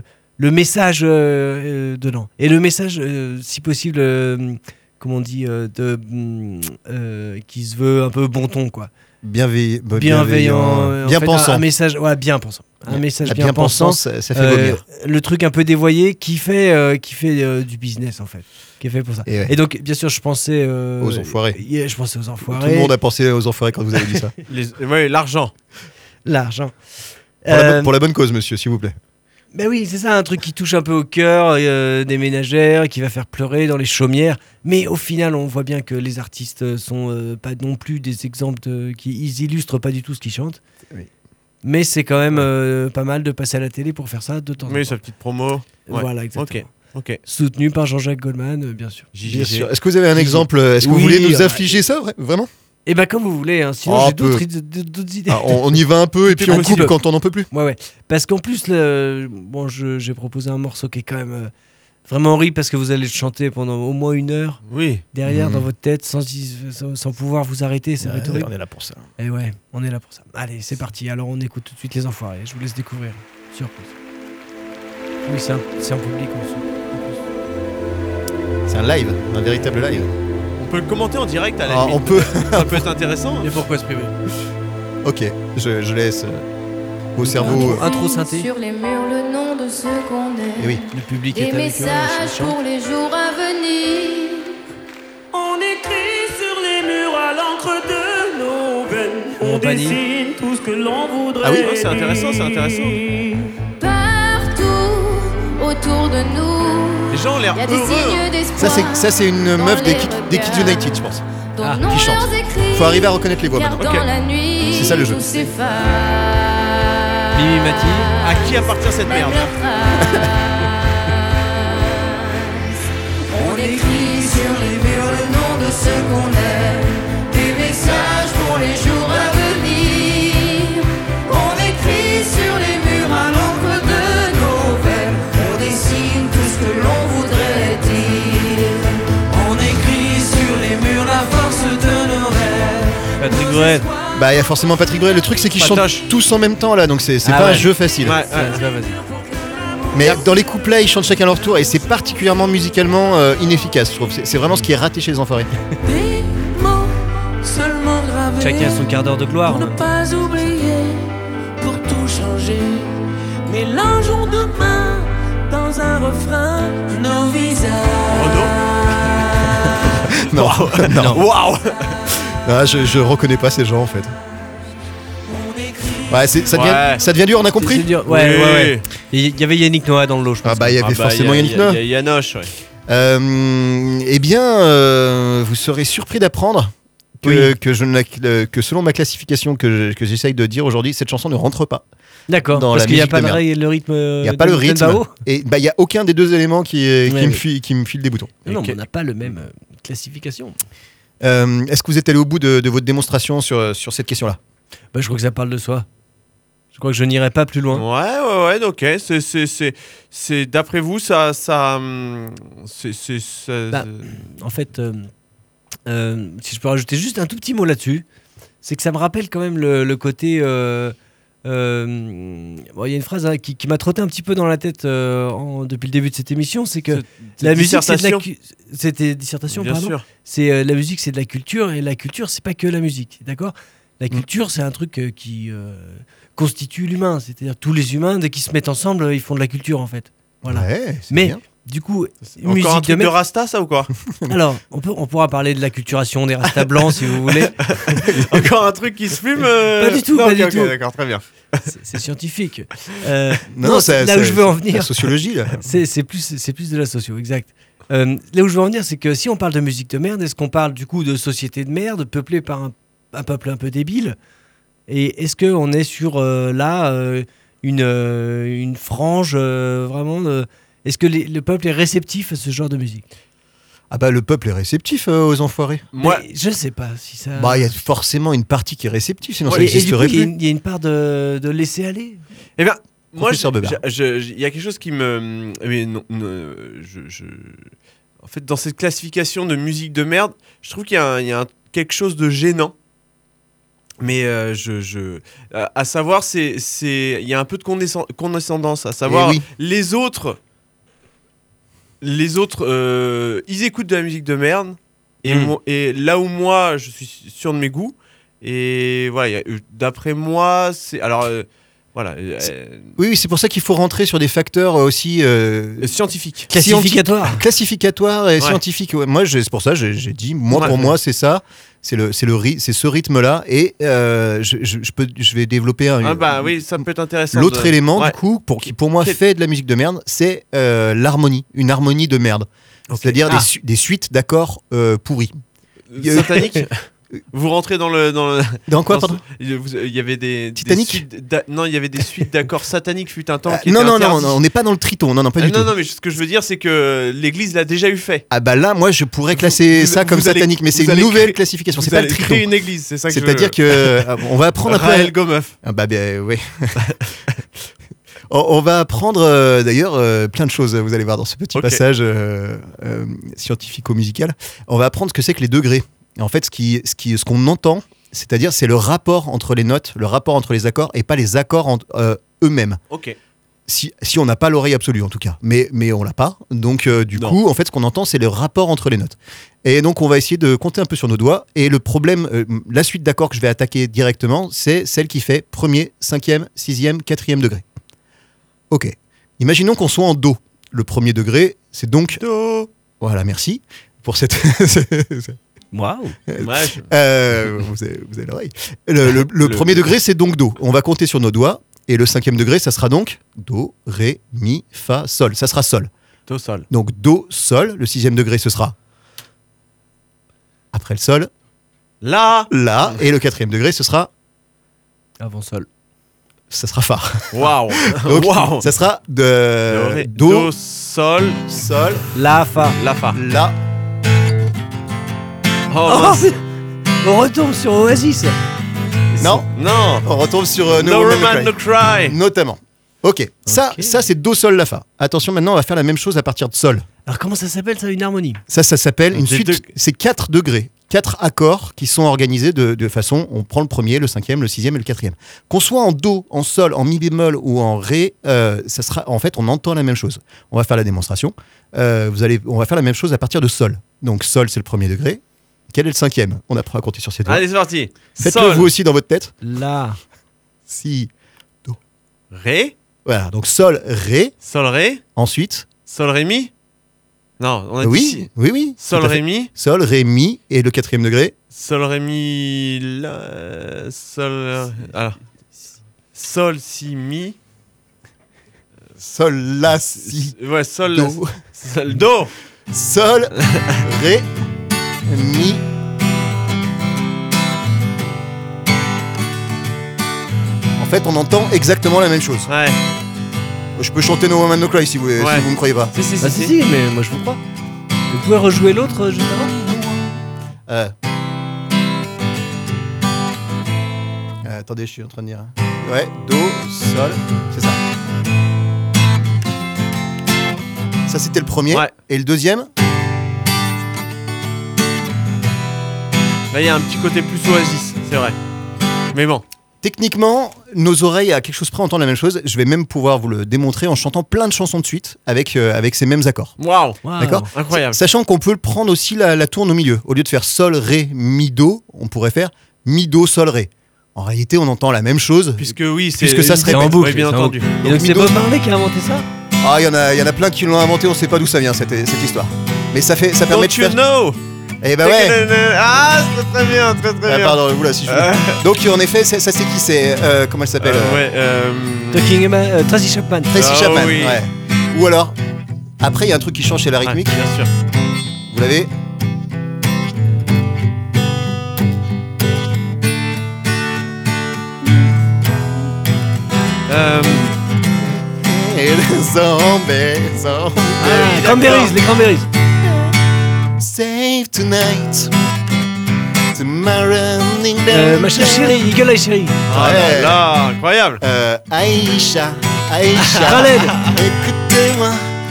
Speaker 6: le message euh, euh, dedans. Et le message, euh, si possible, euh, comment on dit, euh, de, mm, euh, qui se veut un peu bon ton, quoi.
Speaker 4: Bienveillant,
Speaker 6: Bienveillant, euh, en
Speaker 4: bien
Speaker 6: fait,
Speaker 4: pensant.
Speaker 6: Un, un message, ouais, bien pensant. Un message
Speaker 4: La
Speaker 6: bien,
Speaker 4: bien
Speaker 6: pensant.
Speaker 4: pensant, ça, ça fait
Speaker 6: euh,
Speaker 4: vomir.
Speaker 6: le truc un peu dévoyé qui fait, euh, qui fait euh, du business, en fait. Qui est fait pour ça.
Speaker 4: Et, ouais.
Speaker 6: Et donc, bien sûr, je pensais. euh,
Speaker 4: Aux enfoirés.
Speaker 6: yeah, je pensais aux enfoirés.
Speaker 4: Tout le monde a pensé aux enfoirés quand vous avez dit ça.
Speaker 5: Les- ouais, l'argent.
Speaker 6: L'argent.
Speaker 4: Pour, la,
Speaker 6: Euh,
Speaker 4: bonne- pour la bonne cause, monsieur, s'il vous plaît.
Speaker 6: Ben oui, c'est ça, un truc qui touche un peu au cœur euh, des ménagères, qui va faire pleurer dans les chaumières. Mais au final, on voit bien que les artistes sont euh, pas non plus des exemples de, qui ils illustrent pas du tout ce qu'ils chantent.
Speaker 4: Oui.
Speaker 6: Mais c'est quand même euh, pas mal de passer à la télé pour faire ça de temps en
Speaker 5: Oui,
Speaker 6: temps.
Speaker 5: sa petite promo. Ouais.
Speaker 6: Voilà, exactement.
Speaker 5: Ok, ok.
Speaker 6: Soutenu par Jean-Jacques Goldman, euh, bien sûr.
Speaker 4: Bien sûr. Est-ce que vous avez un exemple Est-ce que
Speaker 6: Oui,
Speaker 4: vous voulez nous
Speaker 6: euh,
Speaker 4: affliger ça, vra- vraiment
Speaker 6: Et ben comme vous voulez, hein, sinon
Speaker 4: Oh,
Speaker 6: j'ai d'autres,
Speaker 4: peu.
Speaker 6: id- d'autres idées.
Speaker 4: Ah, on, on y va un peu et puis
Speaker 6: Un
Speaker 4: on
Speaker 6: petit
Speaker 4: coupe
Speaker 6: peu.
Speaker 4: quand on n'en peut plus.
Speaker 6: Ouais, ouais. Parce qu'en plus, le... bon, je- j'ai proposé un morceau qui est quand même euh, vraiment horrible parce que vous allez le chanter pendant au moins une heure
Speaker 5: Oui.
Speaker 6: derrière
Speaker 4: Mhm.
Speaker 6: dans votre tête sans, sans, sans pouvoir vous arrêter. Ça va être horrible.
Speaker 4: on est là pour ça.
Speaker 6: Et ouais, on est là pour ça. Allez, c'est parti. Alors on écoute tout de suite les enfoirés. Je vous laisse découvrir. Surprise. Oui, c'est un, c'est un public aussi.
Speaker 4: C'est un live, un véritable live.
Speaker 5: On peut le commenter en direct à la
Speaker 4: Ah,
Speaker 5: limite.
Speaker 4: on peut.
Speaker 5: Ça peut être intéressant.
Speaker 6: Et pourquoi se priver?
Speaker 4: Ok, je, je laisse euh, vos cerveaux.
Speaker 6: Intro, intro synthé.
Speaker 7: Sur les murs, le nom de ce qu'on est.
Speaker 4: Eh oui.
Speaker 6: Le public
Speaker 7: Des
Speaker 6: est avec eux.
Speaker 7: messages
Speaker 6: ils chantent.
Speaker 7: pour les jours à venir.
Speaker 11: On écrit sur les murs à l'encre de nos veines.
Speaker 6: Mon
Speaker 11: On
Speaker 6: panier.
Speaker 11: dessine tout ce que l'on voudrait.
Speaker 5: Ah oui, oh, c'est intéressant, c'est intéressant.
Speaker 7: Partout autour de nous,
Speaker 5: Les gens ont l'air
Speaker 7: il y a des
Speaker 5: heureux.
Speaker 7: signes d'espoir.
Speaker 4: Ça, c'est, ça, c'est une
Speaker 7: dans
Speaker 4: meuf des,
Speaker 7: les
Speaker 4: Kid- des Kids
Speaker 7: regards.
Speaker 4: United, je pense.
Speaker 7: Dont
Speaker 6: Ah,
Speaker 7: le nom
Speaker 4: qui chante.
Speaker 7: leurs écrits,
Speaker 4: Faut arriver à reconnaître les voix
Speaker 7: car
Speaker 4: maintenant.
Speaker 7: dans
Speaker 5: Ok.
Speaker 7: la nuit,
Speaker 4: C'est ça, le jeu.
Speaker 7: tout s'efface.
Speaker 6: Mimi Mati.
Speaker 5: À qui appartient cette
Speaker 7: Même
Speaker 5: merde
Speaker 7: leurs traces. On écrit sur les murs le nom de ce qu'on est. Des messages pour les jours à venir. On écrit sur les murs à l'encre de nos veines. On dessine tout ce que l'on voudrait dire.
Speaker 11: On écrit sur les murs la force de nos rêves.
Speaker 6: Patrick Bruel.
Speaker 4: Bah, il y a forcément Patrick Bruel. Le truc, c'est qu'ils chantent
Speaker 5: Patoche.
Speaker 4: tous en même temps là, donc c'est, c'est
Speaker 6: Ah
Speaker 4: pas un
Speaker 6: ouais.
Speaker 4: jeu facile.
Speaker 5: Ouais, ouais.
Speaker 6: Ça, ça, vas-y.
Speaker 4: Mais dans les couplets, ils chantent chacun leur tour et c'est particulièrement musicalement euh, inefficace, je trouve. C'est, c'est vraiment ce qui est raté chez les enfoirés.
Speaker 11: Des mots seulement gravés.
Speaker 6: Chacun son quart d'heure de gloire.
Speaker 11: Pour
Speaker 6: en
Speaker 11: ne
Speaker 6: même temps.
Speaker 11: pas oublier, pour tout changer. Mélangeons demain dans un refrain nos visages.
Speaker 4: Non, non.
Speaker 5: Waouh.
Speaker 4: Ah, je, je reconnais pas ces gens en fait. Ouais, c'est, ça, devient,
Speaker 5: Ouais.
Speaker 4: ça devient dur, on a
Speaker 6: C'est
Speaker 4: compris
Speaker 6: dur. Ouais,
Speaker 5: Oui.
Speaker 6: ouais, ouais. Et il y avait Yannick Noah dans le lot, je pense.
Speaker 4: Ah bah il y avait
Speaker 5: Ah bah,
Speaker 4: forcément
Speaker 5: y a-
Speaker 4: Yannick
Speaker 5: y a-
Speaker 4: Noah.
Speaker 5: y a Yanoche, ouais.
Speaker 4: Euh, eh bien, euh, vous serez surpris d'apprendre que,
Speaker 6: Oui.
Speaker 4: que, je ne la- euh, que selon ma classification que, je- que j'essaye de dire aujourd'hui, cette chanson ne rentre pas.
Speaker 6: D'accord.
Speaker 4: Dans
Speaker 6: Parce
Speaker 4: la
Speaker 6: qu'il n'y a
Speaker 4: musique
Speaker 6: pas
Speaker 4: de
Speaker 6: le,
Speaker 4: merde.
Speaker 6: ré- le rythme.
Speaker 4: Il n'y a
Speaker 6: de
Speaker 4: pas le
Speaker 6: Nintendo
Speaker 4: rythme.
Speaker 6: Bao.
Speaker 4: Et bah il y a aucun des deux éléments qui, est- qui,
Speaker 6: Ouais,
Speaker 4: me,
Speaker 6: ouais.
Speaker 4: file, qui me file des boutons.
Speaker 6: Non,
Speaker 5: Ok.
Speaker 6: mais on n'a pas le même euh, classification.
Speaker 4: Euh, est-ce que vous êtes allé au bout de, de votre démonstration sur, sur cette question-là?
Speaker 6: Bah, je crois que ça parle de soi. Je crois que je n'irai pas plus loin.
Speaker 5: Ouais, ouais, ouais, ok. C'est, c'est, c'est, c'est d'après vous, ça, ça, hum, c'est, c'est, ça-
Speaker 6: Bah, En fait, euh, euh, si je peux rajouter juste un tout petit mot là-dessus, c'est que ça me rappelle quand même le, le côté. euh, euh, bon, il y a une phrase hein, qui, qui m'a trotté un petit peu dans la tête euh, en- depuis le début de cette émission, c'est que
Speaker 5: c'est
Speaker 6: la musique, c'est de la
Speaker 5: dissertation.
Speaker 6: cu- c'était dissertation,
Speaker 5: Bien
Speaker 6: pardon.
Speaker 5: sûr.
Speaker 6: C'est euh, la musique, c'est de la culture et la culture, c'est pas que la musique, d'accord? La culture, c'est un truc euh, qui euh, constitue l'humain, c'est-à-dire tous les humains dès qu'ils se mettent ensemble, ils font de la culture en fait. Voilà.
Speaker 4: Ouais, c'est
Speaker 6: Mais
Speaker 4: bien.
Speaker 6: du coup,
Speaker 5: Encore
Speaker 6: musique
Speaker 5: un
Speaker 6: de
Speaker 5: truc de
Speaker 6: merde.
Speaker 5: Rasta, ça ou quoi?
Speaker 6: Alors, on peut, on pourra parler de la culturation des rastas blancs si vous voulez.
Speaker 5: Encore un truc qui se fume euh,
Speaker 6: Pas du tout,
Speaker 5: non,
Speaker 6: pas
Speaker 5: ok,
Speaker 6: du
Speaker 5: ok,
Speaker 6: tout.
Speaker 5: D'accord, très bien.
Speaker 6: C'est c'est scientifique. Euh,
Speaker 4: Non,
Speaker 6: non,
Speaker 4: non,
Speaker 6: c'est-
Speaker 4: ça-
Speaker 6: là
Speaker 4: ça-
Speaker 6: où je veux en
Speaker 4: La
Speaker 6: venir,
Speaker 4: sociologie, là.
Speaker 6: c'est c'est plus, c'est plus de la socio, exact. Euh, là où je veux en venir, c'est que si on parle de musique de merde, est-ce qu'on parle du coup de société de merde peuplée par un, un peuple un peu débile? Et est-ce qu'on est sur euh, là euh, une, euh, une frange euh, vraiment de- Est-ce que les- le peuple est réceptif à ce genre de musique?
Speaker 4: Ah bah le peuple est réceptif euh, aux enfoirés.
Speaker 5: Moi,
Speaker 6: Mais je sais pas si ça.
Speaker 4: Bah il y a forcément une partie qui est réceptive, sinon
Speaker 6: Et-
Speaker 4: ça
Speaker 6: et, du coup,
Speaker 4: n'existerait
Speaker 6: il y, a
Speaker 4: plus.
Speaker 6: une- il y a une part de, de laisser aller.
Speaker 5: eh bien, moi,
Speaker 4: Professeur
Speaker 5: je-
Speaker 4: Bebert.
Speaker 5: je- je- il y a quelque chose qui me, mais non, non, je, je- en fait, dans cette classification de musique de merde, je trouve qu'il y a, un- il y a un- quelque chose de gênant Mais euh, je, je, à, à savoir, c'est, c'est, il y a un peu de condescend- condescendance. À savoir,
Speaker 4: Eh oui.
Speaker 5: les autres, les autres, euh, ils écoutent de la musique de merde. Et,
Speaker 6: Mm.
Speaker 5: moi- et là où moi, je suis sûr de mes goûts. Et voilà, y a- d'après moi, c'est alors euh, voilà, euh,
Speaker 4: Oui, oui, c'est pour ça qu'il faut rentrer sur des facteurs euh, aussi euh,
Speaker 5: scientifique.
Speaker 6: Classificatoire.
Speaker 4: classificatoires et
Speaker 5: Ouais.
Speaker 4: scientifiques. Ouais, moi, j'ai- c'est pour ça j'ai, j'ai dit, moi,
Speaker 5: Ouais,
Speaker 4: pour
Speaker 5: ouais.
Speaker 4: moi, c'est ça. C'est, le, c'est, le, ry- c'est ce rythme-là. Et euh, je, je, je peux, je vais développer un,
Speaker 5: Ah bah oui, ça peut être intéressant.
Speaker 4: l'autre
Speaker 5: de-
Speaker 4: élément,
Speaker 5: Ouais.
Speaker 4: du coup, pour, qui pour moi
Speaker 5: Quel-
Speaker 4: fait de la musique de merde, c'est euh, l'harmonie. Une harmonie de merde.
Speaker 5: Ok.
Speaker 4: C'est-à-dire
Speaker 5: Ah.
Speaker 4: des, su- des suites d'accords euh, pourris.
Speaker 5: Satanique. Vous rentrez dans le dans le.
Speaker 4: Dans quoi,
Speaker 5: dans
Speaker 4: pardon
Speaker 5: ce- il vous- il y avait des. des
Speaker 4: Titanic
Speaker 5: suites d'a- Non, il y avait des suites d'accords sataniques fut un temps.
Speaker 4: Ah,
Speaker 5: qui
Speaker 4: non,
Speaker 5: étaient
Speaker 4: non, non,
Speaker 5: interdits.
Speaker 4: non, on n'est pas dans le triton. Non, non, pas
Speaker 5: Ah,
Speaker 4: du
Speaker 5: non,
Speaker 4: tout.
Speaker 5: non, mais ce que je veux dire, c'est que l'Église l'a déjà eu fait.
Speaker 4: Ah bah là, moi, je pourrais classer
Speaker 5: Vous-
Speaker 4: ça
Speaker 5: vous
Speaker 4: comme
Speaker 5: allez-
Speaker 4: satanique, mais
Speaker 5: vous
Speaker 4: c'est une
Speaker 5: allez
Speaker 4: nouvelle
Speaker 5: créer-
Speaker 4: classification.
Speaker 5: Vous
Speaker 4: C'est pas le
Speaker 5: allez
Speaker 4: triton.
Speaker 5: créer une église, c'est ça que je
Speaker 4: C'est-à-dire que euh, on va apprendre après.
Speaker 5: Raël Gomeuf.
Speaker 4: Ah bah ben oui. on, on va apprendre euh, d'ailleurs euh, plein de choses. Vous allez voir dans ce petit
Speaker 5: Ok.
Speaker 4: passage euh, euh, scientifico-musical. On va apprendre ce que c'est que les degrés. Et en fait, ce qui, ce qui, ce qu'on entend, c'est-à-dire, c'est le rapport entre les notes, le rapport entre les accords, et pas les accords en, euh, eux-mêmes.
Speaker 5: Ok.
Speaker 4: Si, si on n'a pas l'oreille absolue en tout cas, mais, mais on l'a pas. Donc euh, du
Speaker 5: Non.
Speaker 4: coup, en fait, ce qu'on entend, c'est le rapport entre les notes. Et donc, on va essayer de compter un peu sur nos doigts. Et le problème, euh, la suite d'accords que je vais attaquer directement, c'est celle qui fait premier, cinquième, sixième, quatrième degré. Ok. Imaginons qu'on soit en do. Le premier degré, c'est donc
Speaker 5: Do.
Speaker 4: voilà. Merci pour cette.
Speaker 6: Waouh.
Speaker 5: Ouais, je-
Speaker 4: Euh, vous avez, vous avez l'oreille. Le, le- le
Speaker 5: Le-
Speaker 4: premier degré, c'est donc do. On va compter sur nos doigts. Et le cinquième degré, ça sera donc do, ré, mi, fa, sol. Ça sera sol.
Speaker 5: Do sol.
Speaker 4: Donc do, sol. Le sixième degré, ce sera après le sol,
Speaker 5: La.
Speaker 4: la. Et le quatrième degré, ce sera
Speaker 6: Avant sol.
Speaker 4: ça sera fa.
Speaker 5: Waouh.
Speaker 4: Donc,
Speaker 5: Waouh.
Speaker 4: ça sera
Speaker 5: Do,
Speaker 4: de
Speaker 5: ré-
Speaker 4: do,
Speaker 5: do, sol,
Speaker 4: sol,
Speaker 6: La, fa.
Speaker 5: la fa.
Speaker 4: la.
Speaker 5: Oh,
Speaker 6: Oh,
Speaker 5: mince.
Speaker 6: on retombe sur Oasis.
Speaker 4: Non,
Speaker 5: Non.
Speaker 4: on retombe sur euh,
Speaker 5: No
Speaker 4: No Woman,
Speaker 5: Roman,
Speaker 4: No
Speaker 5: no
Speaker 4: Cry.
Speaker 5: cry.
Speaker 4: Notamment. Ok, ça,
Speaker 6: Ok.
Speaker 4: ça c'est do, sol, la fa. Attention, maintenant, on va faire la même chose à partir de sol.
Speaker 6: Alors comment ça s'appelle ça, une harmonie?
Speaker 4: Ça, ça s'appelle une
Speaker 5: Des
Speaker 4: suite.
Speaker 5: deux-
Speaker 4: C'est quatre degrés, quatre accords qui sont organisés de, de façon. On prend le premier, le cinquième, le sixième et le quatrième. Qu'on soit en do, en sol, en mi bémol ou en ré, euh, ça sera. En fait, on entend la même chose. On va faire la démonstration. Euh, vous allez, on va faire la même chose à partir de sol. Donc sol, c'est le premier degré. Quel est le cinquième? On apprend à compter sur ses doigts.
Speaker 5: Allez, c'est parti.
Speaker 4: Faites-le
Speaker 5: Sol.
Speaker 4: vous aussi dans votre tête.
Speaker 6: La.
Speaker 4: Si.
Speaker 5: Ré.
Speaker 4: Voilà. Donc sol, ré.
Speaker 5: Sol, ré.
Speaker 4: Ensuite.
Speaker 5: Sol, ré, mi. Non, on a dit
Speaker 4: Oui,
Speaker 5: si.
Speaker 4: oui, oui.
Speaker 5: Sol,
Speaker 4: tout à fait.
Speaker 5: ré, mi.
Speaker 4: Sol, ré, mi. Et le quatrième degré.
Speaker 5: Sol, ré, mi. La. Sol. Alors. Sol, si, mi.
Speaker 4: Sol, la, si,
Speaker 5: Ouais, sol.
Speaker 4: do.
Speaker 5: Sol, do.
Speaker 4: Sol, ré, mi. En fait, on entend exactement la même chose.
Speaker 5: Ouais.
Speaker 4: Je peux chanter No Woman No Cry si vous ne
Speaker 5: Ouais.
Speaker 4: si vous me croyez pas.
Speaker 5: Si, si, si.
Speaker 6: Bah si, si, mais moi je vous crois. Vous pouvez rejouer l'autre euh, juste avant?
Speaker 4: Euh. Euh, attendez, je suis en train de dire. Ouais, do, sol, c'est ça. Ça, c'était le premier.
Speaker 5: Ouais.
Speaker 4: Et le deuxième?
Speaker 5: Là, il y a un petit côté plus Oasis, c'est vrai. Mais bon.
Speaker 4: Techniquement, nos oreilles à quelque chose près entendent la même chose. Je vais même pouvoir vous le démontrer en chantant plein de chansons de suite avec, euh, avec ces mêmes accords.
Speaker 5: Waouh.
Speaker 6: Waouh.
Speaker 4: D'accord.
Speaker 5: Incroyable.
Speaker 4: Sachant qu'on peut le prendre aussi la, la tourne au milieu. Au lieu de faire sol, ré, mi, do, on pourrait faire mi, do, sol, ré. En réalité, on entend la même chose.
Speaker 5: Puisque oui, c'est.
Speaker 4: Puisque ça se
Speaker 6: C'est en
Speaker 4: répète.
Speaker 6: boucle.
Speaker 5: Oui, bien
Speaker 6: c'est en
Speaker 5: entendu.
Speaker 6: boucle. Et
Speaker 4: Donc,
Speaker 6: donc c'est
Speaker 4: Mido-
Speaker 6: Bob Marley qui a inventé ça?
Speaker 4: Ah, il y en a, il y en a plein qui l'ont inventé. On sait pas d'où ça vient cette, cette histoire. Mais ça fait, ça permet
Speaker 5: Don't
Speaker 4: de
Speaker 5: you
Speaker 4: faire.
Speaker 5: know?
Speaker 4: Eh ben ouais.
Speaker 5: Ah, c'est très bien, très très
Speaker 4: Ah,
Speaker 5: bien.
Speaker 4: pardon, vous là, si je
Speaker 5: Euh.
Speaker 4: Donc en effet, c'est- ça c'est qui c'est euh, comment elle s'appelle
Speaker 5: Euh,
Speaker 4: euh,
Speaker 5: ouais, euh...
Speaker 6: Talking about euh, Tracy Chapman.
Speaker 4: Tracy
Speaker 5: Ah,
Speaker 4: Chapman.
Speaker 5: oui.
Speaker 4: Ouais. Ou alors, après il y a un truc qui change chez la
Speaker 5: ouais,
Speaker 4: rythmique.
Speaker 5: bien sûr.
Speaker 4: Vous l'avez.
Speaker 5: Euh...
Speaker 4: Et les zombies, zombies.
Speaker 6: Ah,
Speaker 5: d'accord.
Speaker 6: Cranberries, les Cranberries.
Speaker 4: Save tonight. Tomorrow morning.
Speaker 6: Euh, machin chérie, Eagle Eye chérie.
Speaker 5: Ah
Speaker 4: Ouais.
Speaker 5: là là, incroyable.
Speaker 4: Euh, Aïcha, Aïcha.
Speaker 6: Khaled.
Speaker 4: Écoutez-moi,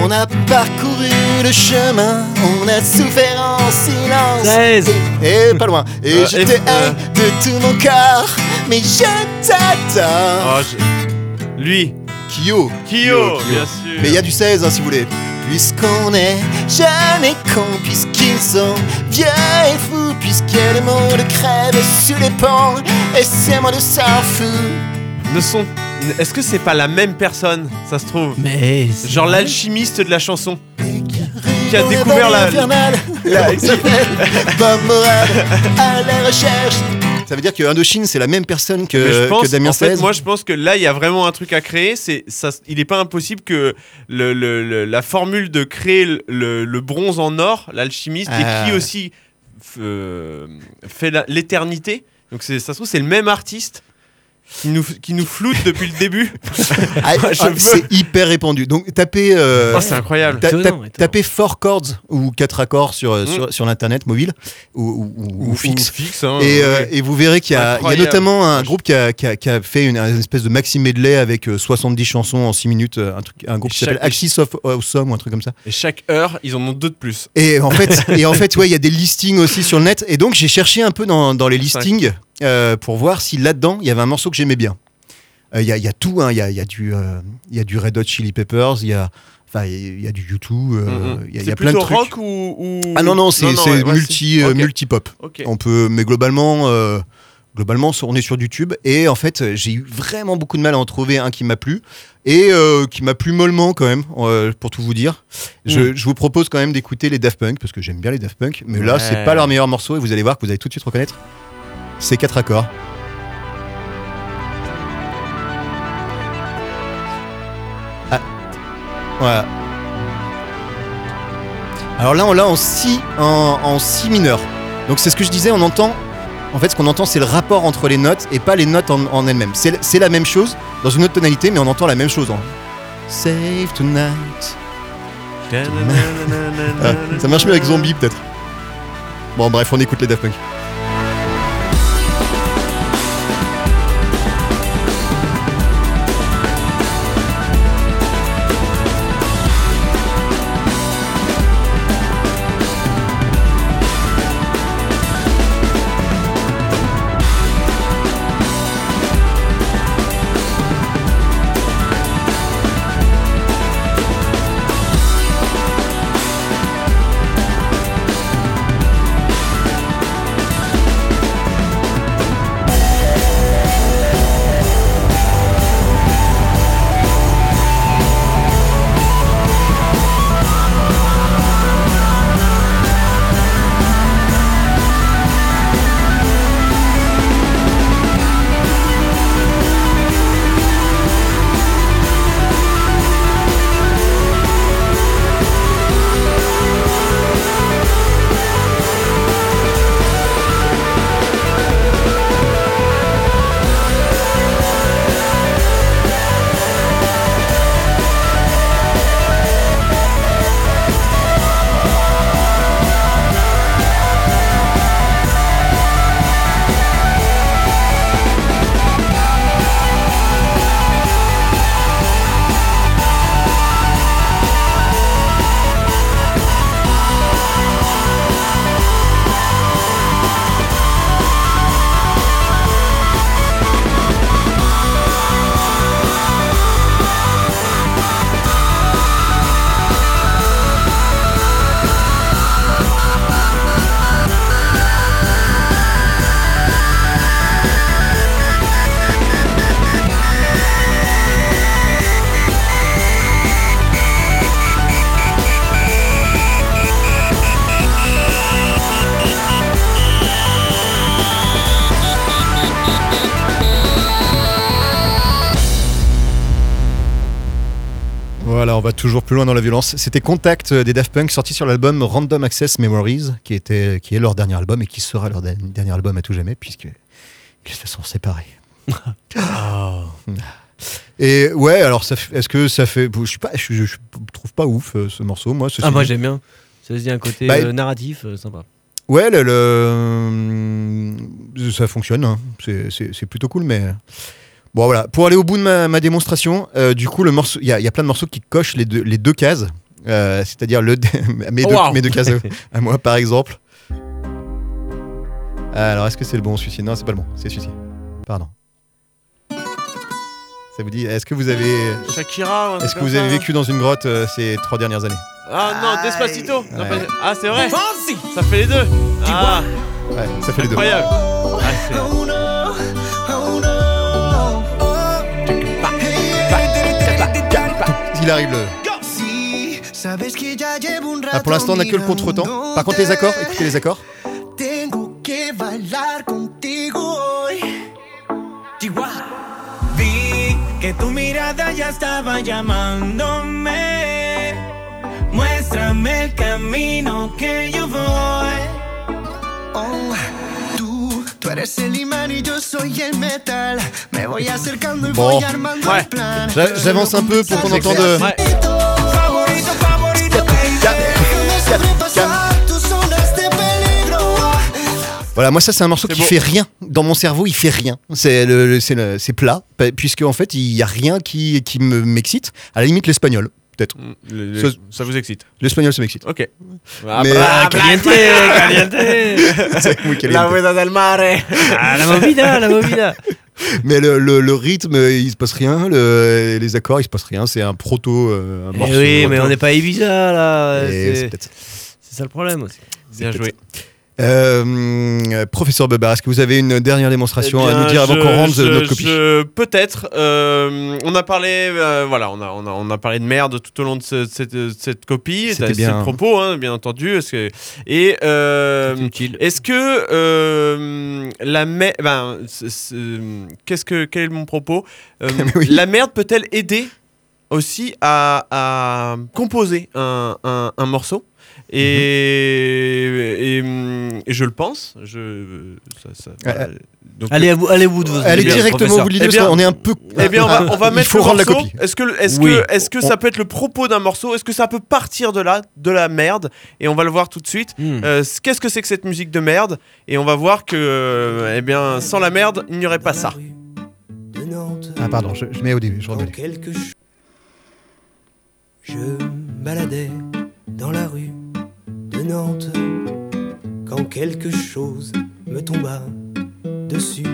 Speaker 3: On a parcouru le chemin, on a souffert en silence.
Speaker 6: seize.
Speaker 3: Et, et pas loin. Et
Speaker 5: Euh,
Speaker 3: je
Speaker 5: et-
Speaker 3: te hais de tout mon corps, mais je t'adore.
Speaker 5: Oh, je- Lui,
Speaker 3: Kyo.
Speaker 5: Kyo, bien sûr.
Speaker 3: Mais il y a du seize hein, si vous voulez. Puisqu'on est jeunes et cons, puisqu'ils sont vieux et fous, puisque le monde crève sous les ponts, et c'est moi de s'en fout.
Speaker 5: Ne sont. Est-ce que c'est pas la même personne, ça se trouve?
Speaker 6: Mais. c'est
Speaker 5: Genre
Speaker 6: vrai.
Speaker 5: l'alchimiste de la chanson.
Speaker 3: Qui
Speaker 5: a découvert la-
Speaker 3: infernale,
Speaker 5: la-
Speaker 3: la s'appelle Bob Moran à la recherche. Ça veut dire que Indochine c'est la même personne
Speaker 5: Mais
Speaker 3: que,
Speaker 5: je pense,
Speaker 3: que Damien
Speaker 5: en fait,
Speaker 3: seize.
Speaker 5: moi je pense que là il y a vraiment un truc à créer. C'est ça, il est pas impossible que le, le- le- la formule de créer le, le- le bronze en or, l'alchimiste,
Speaker 3: Ah.
Speaker 5: et qui aussi f- euh, fait la- l'éternité. Donc c'est, ça se trouve c'est le même artiste qui nous qui nous floute depuis le début.
Speaker 3: Ah,
Speaker 5: Moi, je
Speaker 3: ah,
Speaker 5: veux.
Speaker 3: c'est hyper répandu. Donc tapez, euh,
Speaker 5: Oh, c'est incroyable.
Speaker 3: ta- ta-
Speaker 6: Étonnant, étonnant.
Speaker 3: tapez four chords ou quatre accords sur,
Speaker 5: Mm.
Speaker 3: sur, sur l'internet mobile ou, ou- ou- ou fixe.
Speaker 5: fixe hein,
Speaker 3: Et, euh,
Speaker 5: ouais.
Speaker 3: et vous verrez qu'il y a, il y a
Speaker 5: Incroyable.
Speaker 3: notamment un
Speaker 5: Moi, je-
Speaker 3: groupe qui a, qui a- qui a fait une, une espèce de maxi medley avec euh, soixante-dix chansons en six minutes, euh, un, truc, un groupe
Speaker 5: Et
Speaker 3: qui s'appelle
Speaker 5: chaque-
Speaker 3: Axis of Awesome ou un truc comme ça.
Speaker 5: Et chaque heure ils en ont deux de plus.
Speaker 3: Et en fait, et en fait, ouais, il y a des listings aussi sur le net. Et donc j'ai cherché un peu dans, dans les listings euh, pour voir si là-dedans il y avait un morceau que j'aimais bien. Il euh, y, a, y a tout, hein. Il y, a, y, a du, euh, y a du Red Hot Chili Peppers, il y a, enfin, il y a du U deux, il euh,
Speaker 5: Mhm.
Speaker 3: y a, y
Speaker 5: C'est
Speaker 3: a plein de
Speaker 5: plutôt
Speaker 3: trucs.
Speaker 5: rock ou, ou-
Speaker 3: Ah non non, c'est c'est
Speaker 5: ouais, ouais,
Speaker 3: multi
Speaker 5: c'est-
Speaker 3: euh,
Speaker 5: ok.
Speaker 3: multi-pop.
Speaker 5: Ok.
Speaker 3: On peut, mais globalement, euh, globalement, on est sur du tube. Et en fait, j'ai eu vraiment beaucoup de mal à en trouver un qui m'a plu et euh, qui m'a plu mollement quand même, euh, pour tout vous dire. Je,
Speaker 5: Mm.
Speaker 3: je vous propose quand même d'écouter les Daft Punk parce que j'aime bien les Daft Punk. Mais là,
Speaker 5: Ouais.
Speaker 3: c'est pas leur meilleur morceau et vous allez voir que vous allez tout de suite reconnaître. C'est quatre accords. Ah, voilà. Alors là, on l'a en si, en, en si mineur. Donc c'est ce que je disais, on entend. En fait, ce qu'on entend, c'est le rapport entre les notes et pas les notes en, en elles-mêmes. C'est, c'est la même chose dans une autre tonalité, mais on entend la même chose. En... Save tonight. Ah, ça marche mieux avec Zombie peut-être. Bon, bref, on écoute les Daft Punk. Voilà, on va toujours plus loin dans la violence. C'était Contact des Daft Punk, sorti sur l'album Random Access Memories, qui, était, qui est leur dernier album et qui sera leur de- dernier album à tout jamais, puisqu'ils se sont séparés. Et ouais, alors ça, fait- est-ce que ça fait. Je, suis pas, je, je- je trouve pas ouf euh, ce morceau, moi. ceci
Speaker 6: Ah, moi
Speaker 3: dit.
Speaker 6: j'aime bien. Ça se dit un côté
Speaker 3: Bah,
Speaker 6: euh, narratif, euh, sympa.
Speaker 3: Ouais, le, le- ça fonctionne, hein. c'est, c'est- c'est plutôt cool, mais bon voilà. Pour aller au bout de ma, ma démonstration, euh, du coup, le morceau, il y, a- il y a plein de morceaux qui cochent les deux, les deux cases.
Speaker 4: Euh, c'est-à-dire le mes,
Speaker 5: Oh,
Speaker 4: deux,
Speaker 5: wow.
Speaker 4: mes deux cases à moi, par exemple. Alors, est-ce que c'est le bon celui-ci? Non, c'est pas le bon, c'est celui-ci. Pardon. Ça vous dit, est-ce que vous avez,
Speaker 5: Shakira.
Speaker 4: est-ce que vous avez vécu dans une grotte euh, ces trois dernières années?
Speaker 5: Ah non, Despacito. Non,
Speaker 4: Ouais.
Speaker 5: pas- Ah, c'est vrai. Ça fait les deux. Ah,
Speaker 4: Ouais, ça fait les deux.
Speaker 5: incroyable. Ah, c'est-
Speaker 4: Il arrive le. Ah, pour l'instant, on n'a que le contretemps. Par contre, les accords, écoutez les accords.
Speaker 10: Tengo que bailar contigo hoy.
Speaker 11: Vi que tu mirada ya estaba llamándome. Muéstrame el camino que yo voy.
Speaker 10: Oh, tú, tú eres el imán y yo soy el metal. Me voy acercando y
Speaker 4: Bon.
Speaker 10: voy armando
Speaker 5: Ouais.
Speaker 10: el plan.
Speaker 4: J'a- J'avance un peu pour qu'on entende.
Speaker 5: Ouais.
Speaker 10: Favorito, favorito, baby. Déjame sobrepasar tus zonas de peligro.
Speaker 4: Voilà, moi ça c'est un morceau
Speaker 5: C'est
Speaker 4: qui
Speaker 5: beau.
Speaker 4: fait rien. Dans mon cerveau, il fait rien. C'est le, le- c'est le- c'est plat, pa- puisque en fait il y a rien qui qui me m'excite. À la limite l'espagnol, peut-être.
Speaker 5: Le- le-
Speaker 4: Ça-
Speaker 5: Ça vous excite.
Speaker 4: L'espagnol ça m'excite.
Speaker 5: Ok.
Speaker 4: Mais-
Speaker 5: Ah,
Speaker 6: Caliente, caliente.
Speaker 4: C'est muy caliente.
Speaker 5: La vuelta del mare.
Speaker 6: Ah, la movida, la movida.
Speaker 4: Mais le, le, le rythme, il se passe rien. Le, les accords, il se passe rien. C'est un proto, euh, un
Speaker 6: Eh
Speaker 4: morceau.
Speaker 6: oui, mais on n'est pas à Ibiza là.
Speaker 4: Et
Speaker 6: C'est
Speaker 4: c'est peut-être ça.
Speaker 6: c'est ça le problème aussi.
Speaker 5: Bien joué.
Speaker 4: Euh, euh, professeur Bebar, est-ce que vous avez une dernière démonstration
Speaker 5: Eh
Speaker 4: à
Speaker 5: bien,
Speaker 4: nous dire avant
Speaker 5: je-
Speaker 4: qu'on rende
Speaker 5: je-
Speaker 4: notre copie?
Speaker 5: je- Peut-être. euh, on a parlé, euh, voilà, on a, on a, on a parlé de merde tout au long de ce- cette, cette copie.
Speaker 4: C'était
Speaker 5: C'est
Speaker 4: bien.
Speaker 5: le propos, hein, bien entendu. Est-ce que, et euh,
Speaker 6: C'est utile.
Speaker 5: est-ce que euh, la merde, ben, c'est- c'est- qu'est-ce que, quel est mon propos? Euh,
Speaker 4: Oui.
Speaker 5: La merde peut-elle aider aussi à, à composer un, un, un morceau? Et, et, hum, et je le pense. Je, ça, ça, voilà. Donc,
Speaker 6: Allez, à bout- allez au bout de vos
Speaker 4: Allez
Speaker 6: idées,
Speaker 4: directement au
Speaker 6: professeur.
Speaker 4: bout de l'idée,
Speaker 5: Eh
Speaker 4: parce
Speaker 5: bien-
Speaker 4: qu'on est un peu.
Speaker 5: Eh bien, on va, on va
Speaker 4: Il
Speaker 5: mettre
Speaker 4: faut
Speaker 5: le
Speaker 4: rendre la
Speaker 5: morceau.
Speaker 4: copie.
Speaker 5: Est-ce que, est-ce
Speaker 6: Oui.
Speaker 5: que, est-ce que
Speaker 4: On-
Speaker 5: ça peut être le propos d'un morceau? Est-ce que ça peut partir de là, de la merde? Et on va le voir tout de suite.
Speaker 6: Hmm.
Speaker 5: Euh, c- qu'est-ce que c'est que cette musique de merde? Et on va voir que, euh, eh bien, sans la merde, il n'y aurait pas ça.
Speaker 11: De Nantes,
Speaker 4: Ah, pardon, je, je mets au début, je
Speaker 11: quand
Speaker 4: remets.
Speaker 11: quelque chose. Je baladais dans la rue de Nantes quand quelque chose me tomba dessus.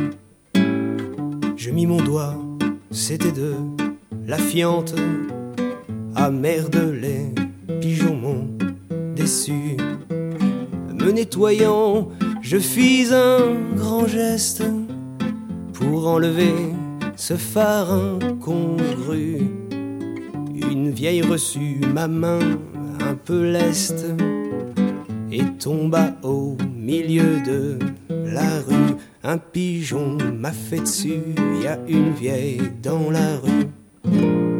Speaker 11: Je mis mon doigt, c'était de la fiente. Ah merde, les pigeons m'ont déçu. Me nettoyant, je fis un grand geste pour enlever ce phare incongru. Une vieille reçut ma main un peu leste et tomba au milieu de la rue. Un pigeon m'a fait dessus, y a une vieille dans la rue.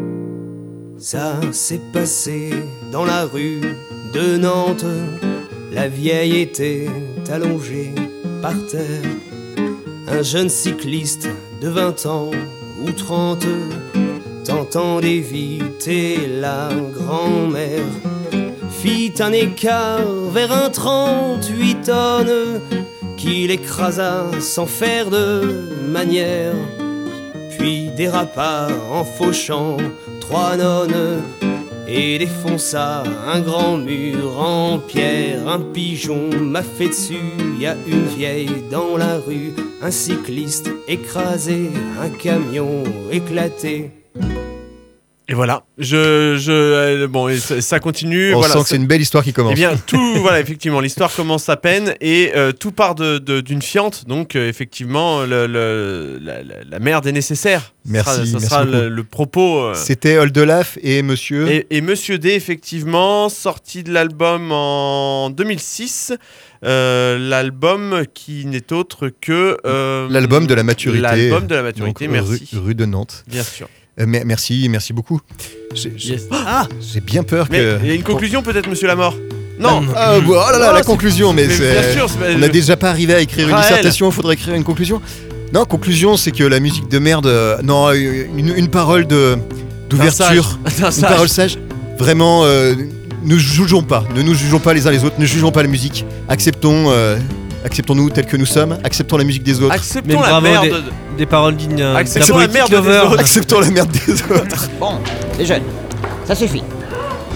Speaker 11: Ça s'est passé dans la rue de Nantes. La vieille était allongée par terre. Un jeune cycliste de vingt ans ou trente, tentant d'éviter la grand-mère, fit un écart vers un trente-huit tonnes qu'il écrasa sans faire de manière, puis dérapa en fauchant trois nonnes et défonça un grand mur en pierre. Un pigeon m'a fait dessus, y a une vieille dans la rue, un cycliste écrasé, un camion éclaté.
Speaker 5: Et voilà. Je, je, euh, bon, et ça, ça continue.
Speaker 4: On
Speaker 5: voilà,
Speaker 4: sent que c'est une belle histoire qui commence.
Speaker 5: Eh bien, tout, voilà, effectivement, l'histoire commence à peine et euh, tout part de, de- d'une fiente. Donc, euh, effectivement, le, le- la, la- la merde est nécessaire.
Speaker 4: Merci,
Speaker 5: Ça sera, ça
Speaker 4: merci
Speaker 5: sera
Speaker 4: beaucoup.
Speaker 5: le, le propos. euh,
Speaker 4: C'était Oldelaf et Monsieur.
Speaker 5: et, et Monsieur D, effectivement, sorti de l'album en deux mille six. Euh, l'album qui n'est autre que. euh,
Speaker 4: L'album de la maturité.
Speaker 5: L'album de la maturité,
Speaker 4: Donc,
Speaker 5: merci.
Speaker 4: Rue, rue de Nantes.
Speaker 5: Bien sûr.
Speaker 4: Euh, mer- merci, merci beaucoup. J'ai, j'ai-
Speaker 6: Yes.
Speaker 4: Ah, j'ai bien peur
Speaker 5: Mais
Speaker 4: que.
Speaker 5: il y a une conclusion, peut-être, Monsieur Lamort? Non.
Speaker 4: Ah, bon, oh là là,
Speaker 5: Oh,
Speaker 4: la
Speaker 5: c'est-
Speaker 4: conclusion, mais,
Speaker 5: mais
Speaker 4: c'est.
Speaker 5: bien sûr, c'est pas-
Speaker 4: on n'a déjà pas arrivé à écrire une
Speaker 5: Raël.
Speaker 4: dissertation, il faudrait écrire une conclusion. Non, conclusion, c'est que la musique de merde. euh, non, une, une parole de, d'ouverture.
Speaker 5: D'un
Speaker 4: Une
Speaker 5: sage.
Speaker 4: parole sage. Vraiment, euh, ne jugeons pas. Ne nous jugeons pas les uns les autres. Ne jugeons pas la musique. Acceptons. euh, Acceptons-nous tels que nous sommes, acceptons la musique des autres.
Speaker 5: Acceptons
Speaker 6: Mais
Speaker 5: la
Speaker 6: bravo,
Speaker 5: merde.
Speaker 6: des-
Speaker 5: de-
Speaker 6: Des paroles dignes d'un
Speaker 5: Acceptons
Speaker 6: d'un
Speaker 5: la
Speaker 6: poétique
Speaker 5: merde des
Speaker 6: lover.
Speaker 5: autres.
Speaker 4: Acceptons la merde des autres.
Speaker 12: Bon, les jeunes, ça suffit.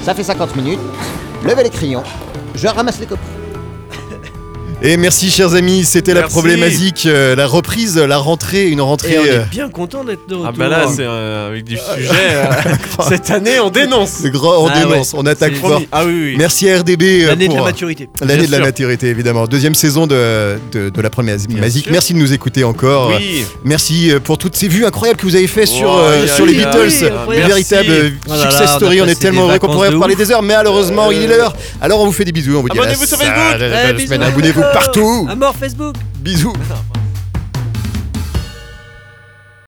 Speaker 3: Ça fait cinquante minutes. Levez les crayons. Je ramasse les copies.
Speaker 4: Et merci chers amis, c'était la
Speaker 5: Merci.
Speaker 4: problématique, euh, la reprise, la rentrée, une rentrée.
Speaker 6: Et on
Speaker 4: euh,
Speaker 6: est bien content d'être de retour.
Speaker 5: Ah bah là, c'est euh, avec des sujets. euh, cette année, on dénonce.
Speaker 4: c'est grand, on
Speaker 6: Ah
Speaker 4: dénonce,
Speaker 6: ouais,
Speaker 4: on attaque
Speaker 6: c'est
Speaker 4: fort.
Speaker 5: Promis. Ah oui, oui.
Speaker 4: Merci à R D B euh,
Speaker 6: l'année de
Speaker 4: pour
Speaker 6: la maturité.
Speaker 4: l'année
Speaker 5: Bien
Speaker 4: de la
Speaker 5: sûr.
Speaker 4: maturité évidemment. Deuxième saison de, de, de la problématique.
Speaker 5: sûr.
Speaker 4: Merci de nous écouter encore.
Speaker 5: Oui.
Speaker 4: Merci euh, pour toutes ces vues incroyables que vous avez fait sur,
Speaker 5: Oh,
Speaker 4: euh,
Speaker 5: aïe,
Speaker 4: sur
Speaker 5: aïe,
Speaker 4: les
Speaker 5: aïe,
Speaker 4: Beatles.
Speaker 6: aïe,
Speaker 4: Une
Speaker 6: incroyable.
Speaker 4: véritable euh,
Speaker 6: Oh là là,
Speaker 4: success
Speaker 6: on a
Speaker 4: story. On, est
Speaker 6: passé
Speaker 4: tellement
Speaker 6: des
Speaker 4: heureux qu'on
Speaker 6: vacances
Speaker 4: pourrait
Speaker 6: de
Speaker 4: parler
Speaker 6: ouf.
Speaker 4: des heures, mais malheureusement il est l'heure. Alors on vous fait des bisous. On vous dit à la
Speaker 5: Abonnez-vous sur
Speaker 4: sa-
Speaker 5: Facebook.
Speaker 4: la- la- la
Speaker 6: Eh,
Speaker 4: semaine.
Speaker 6: bisous.
Speaker 4: Abonnez-vous partout.
Speaker 6: À mort Facebook.
Speaker 4: Bisous.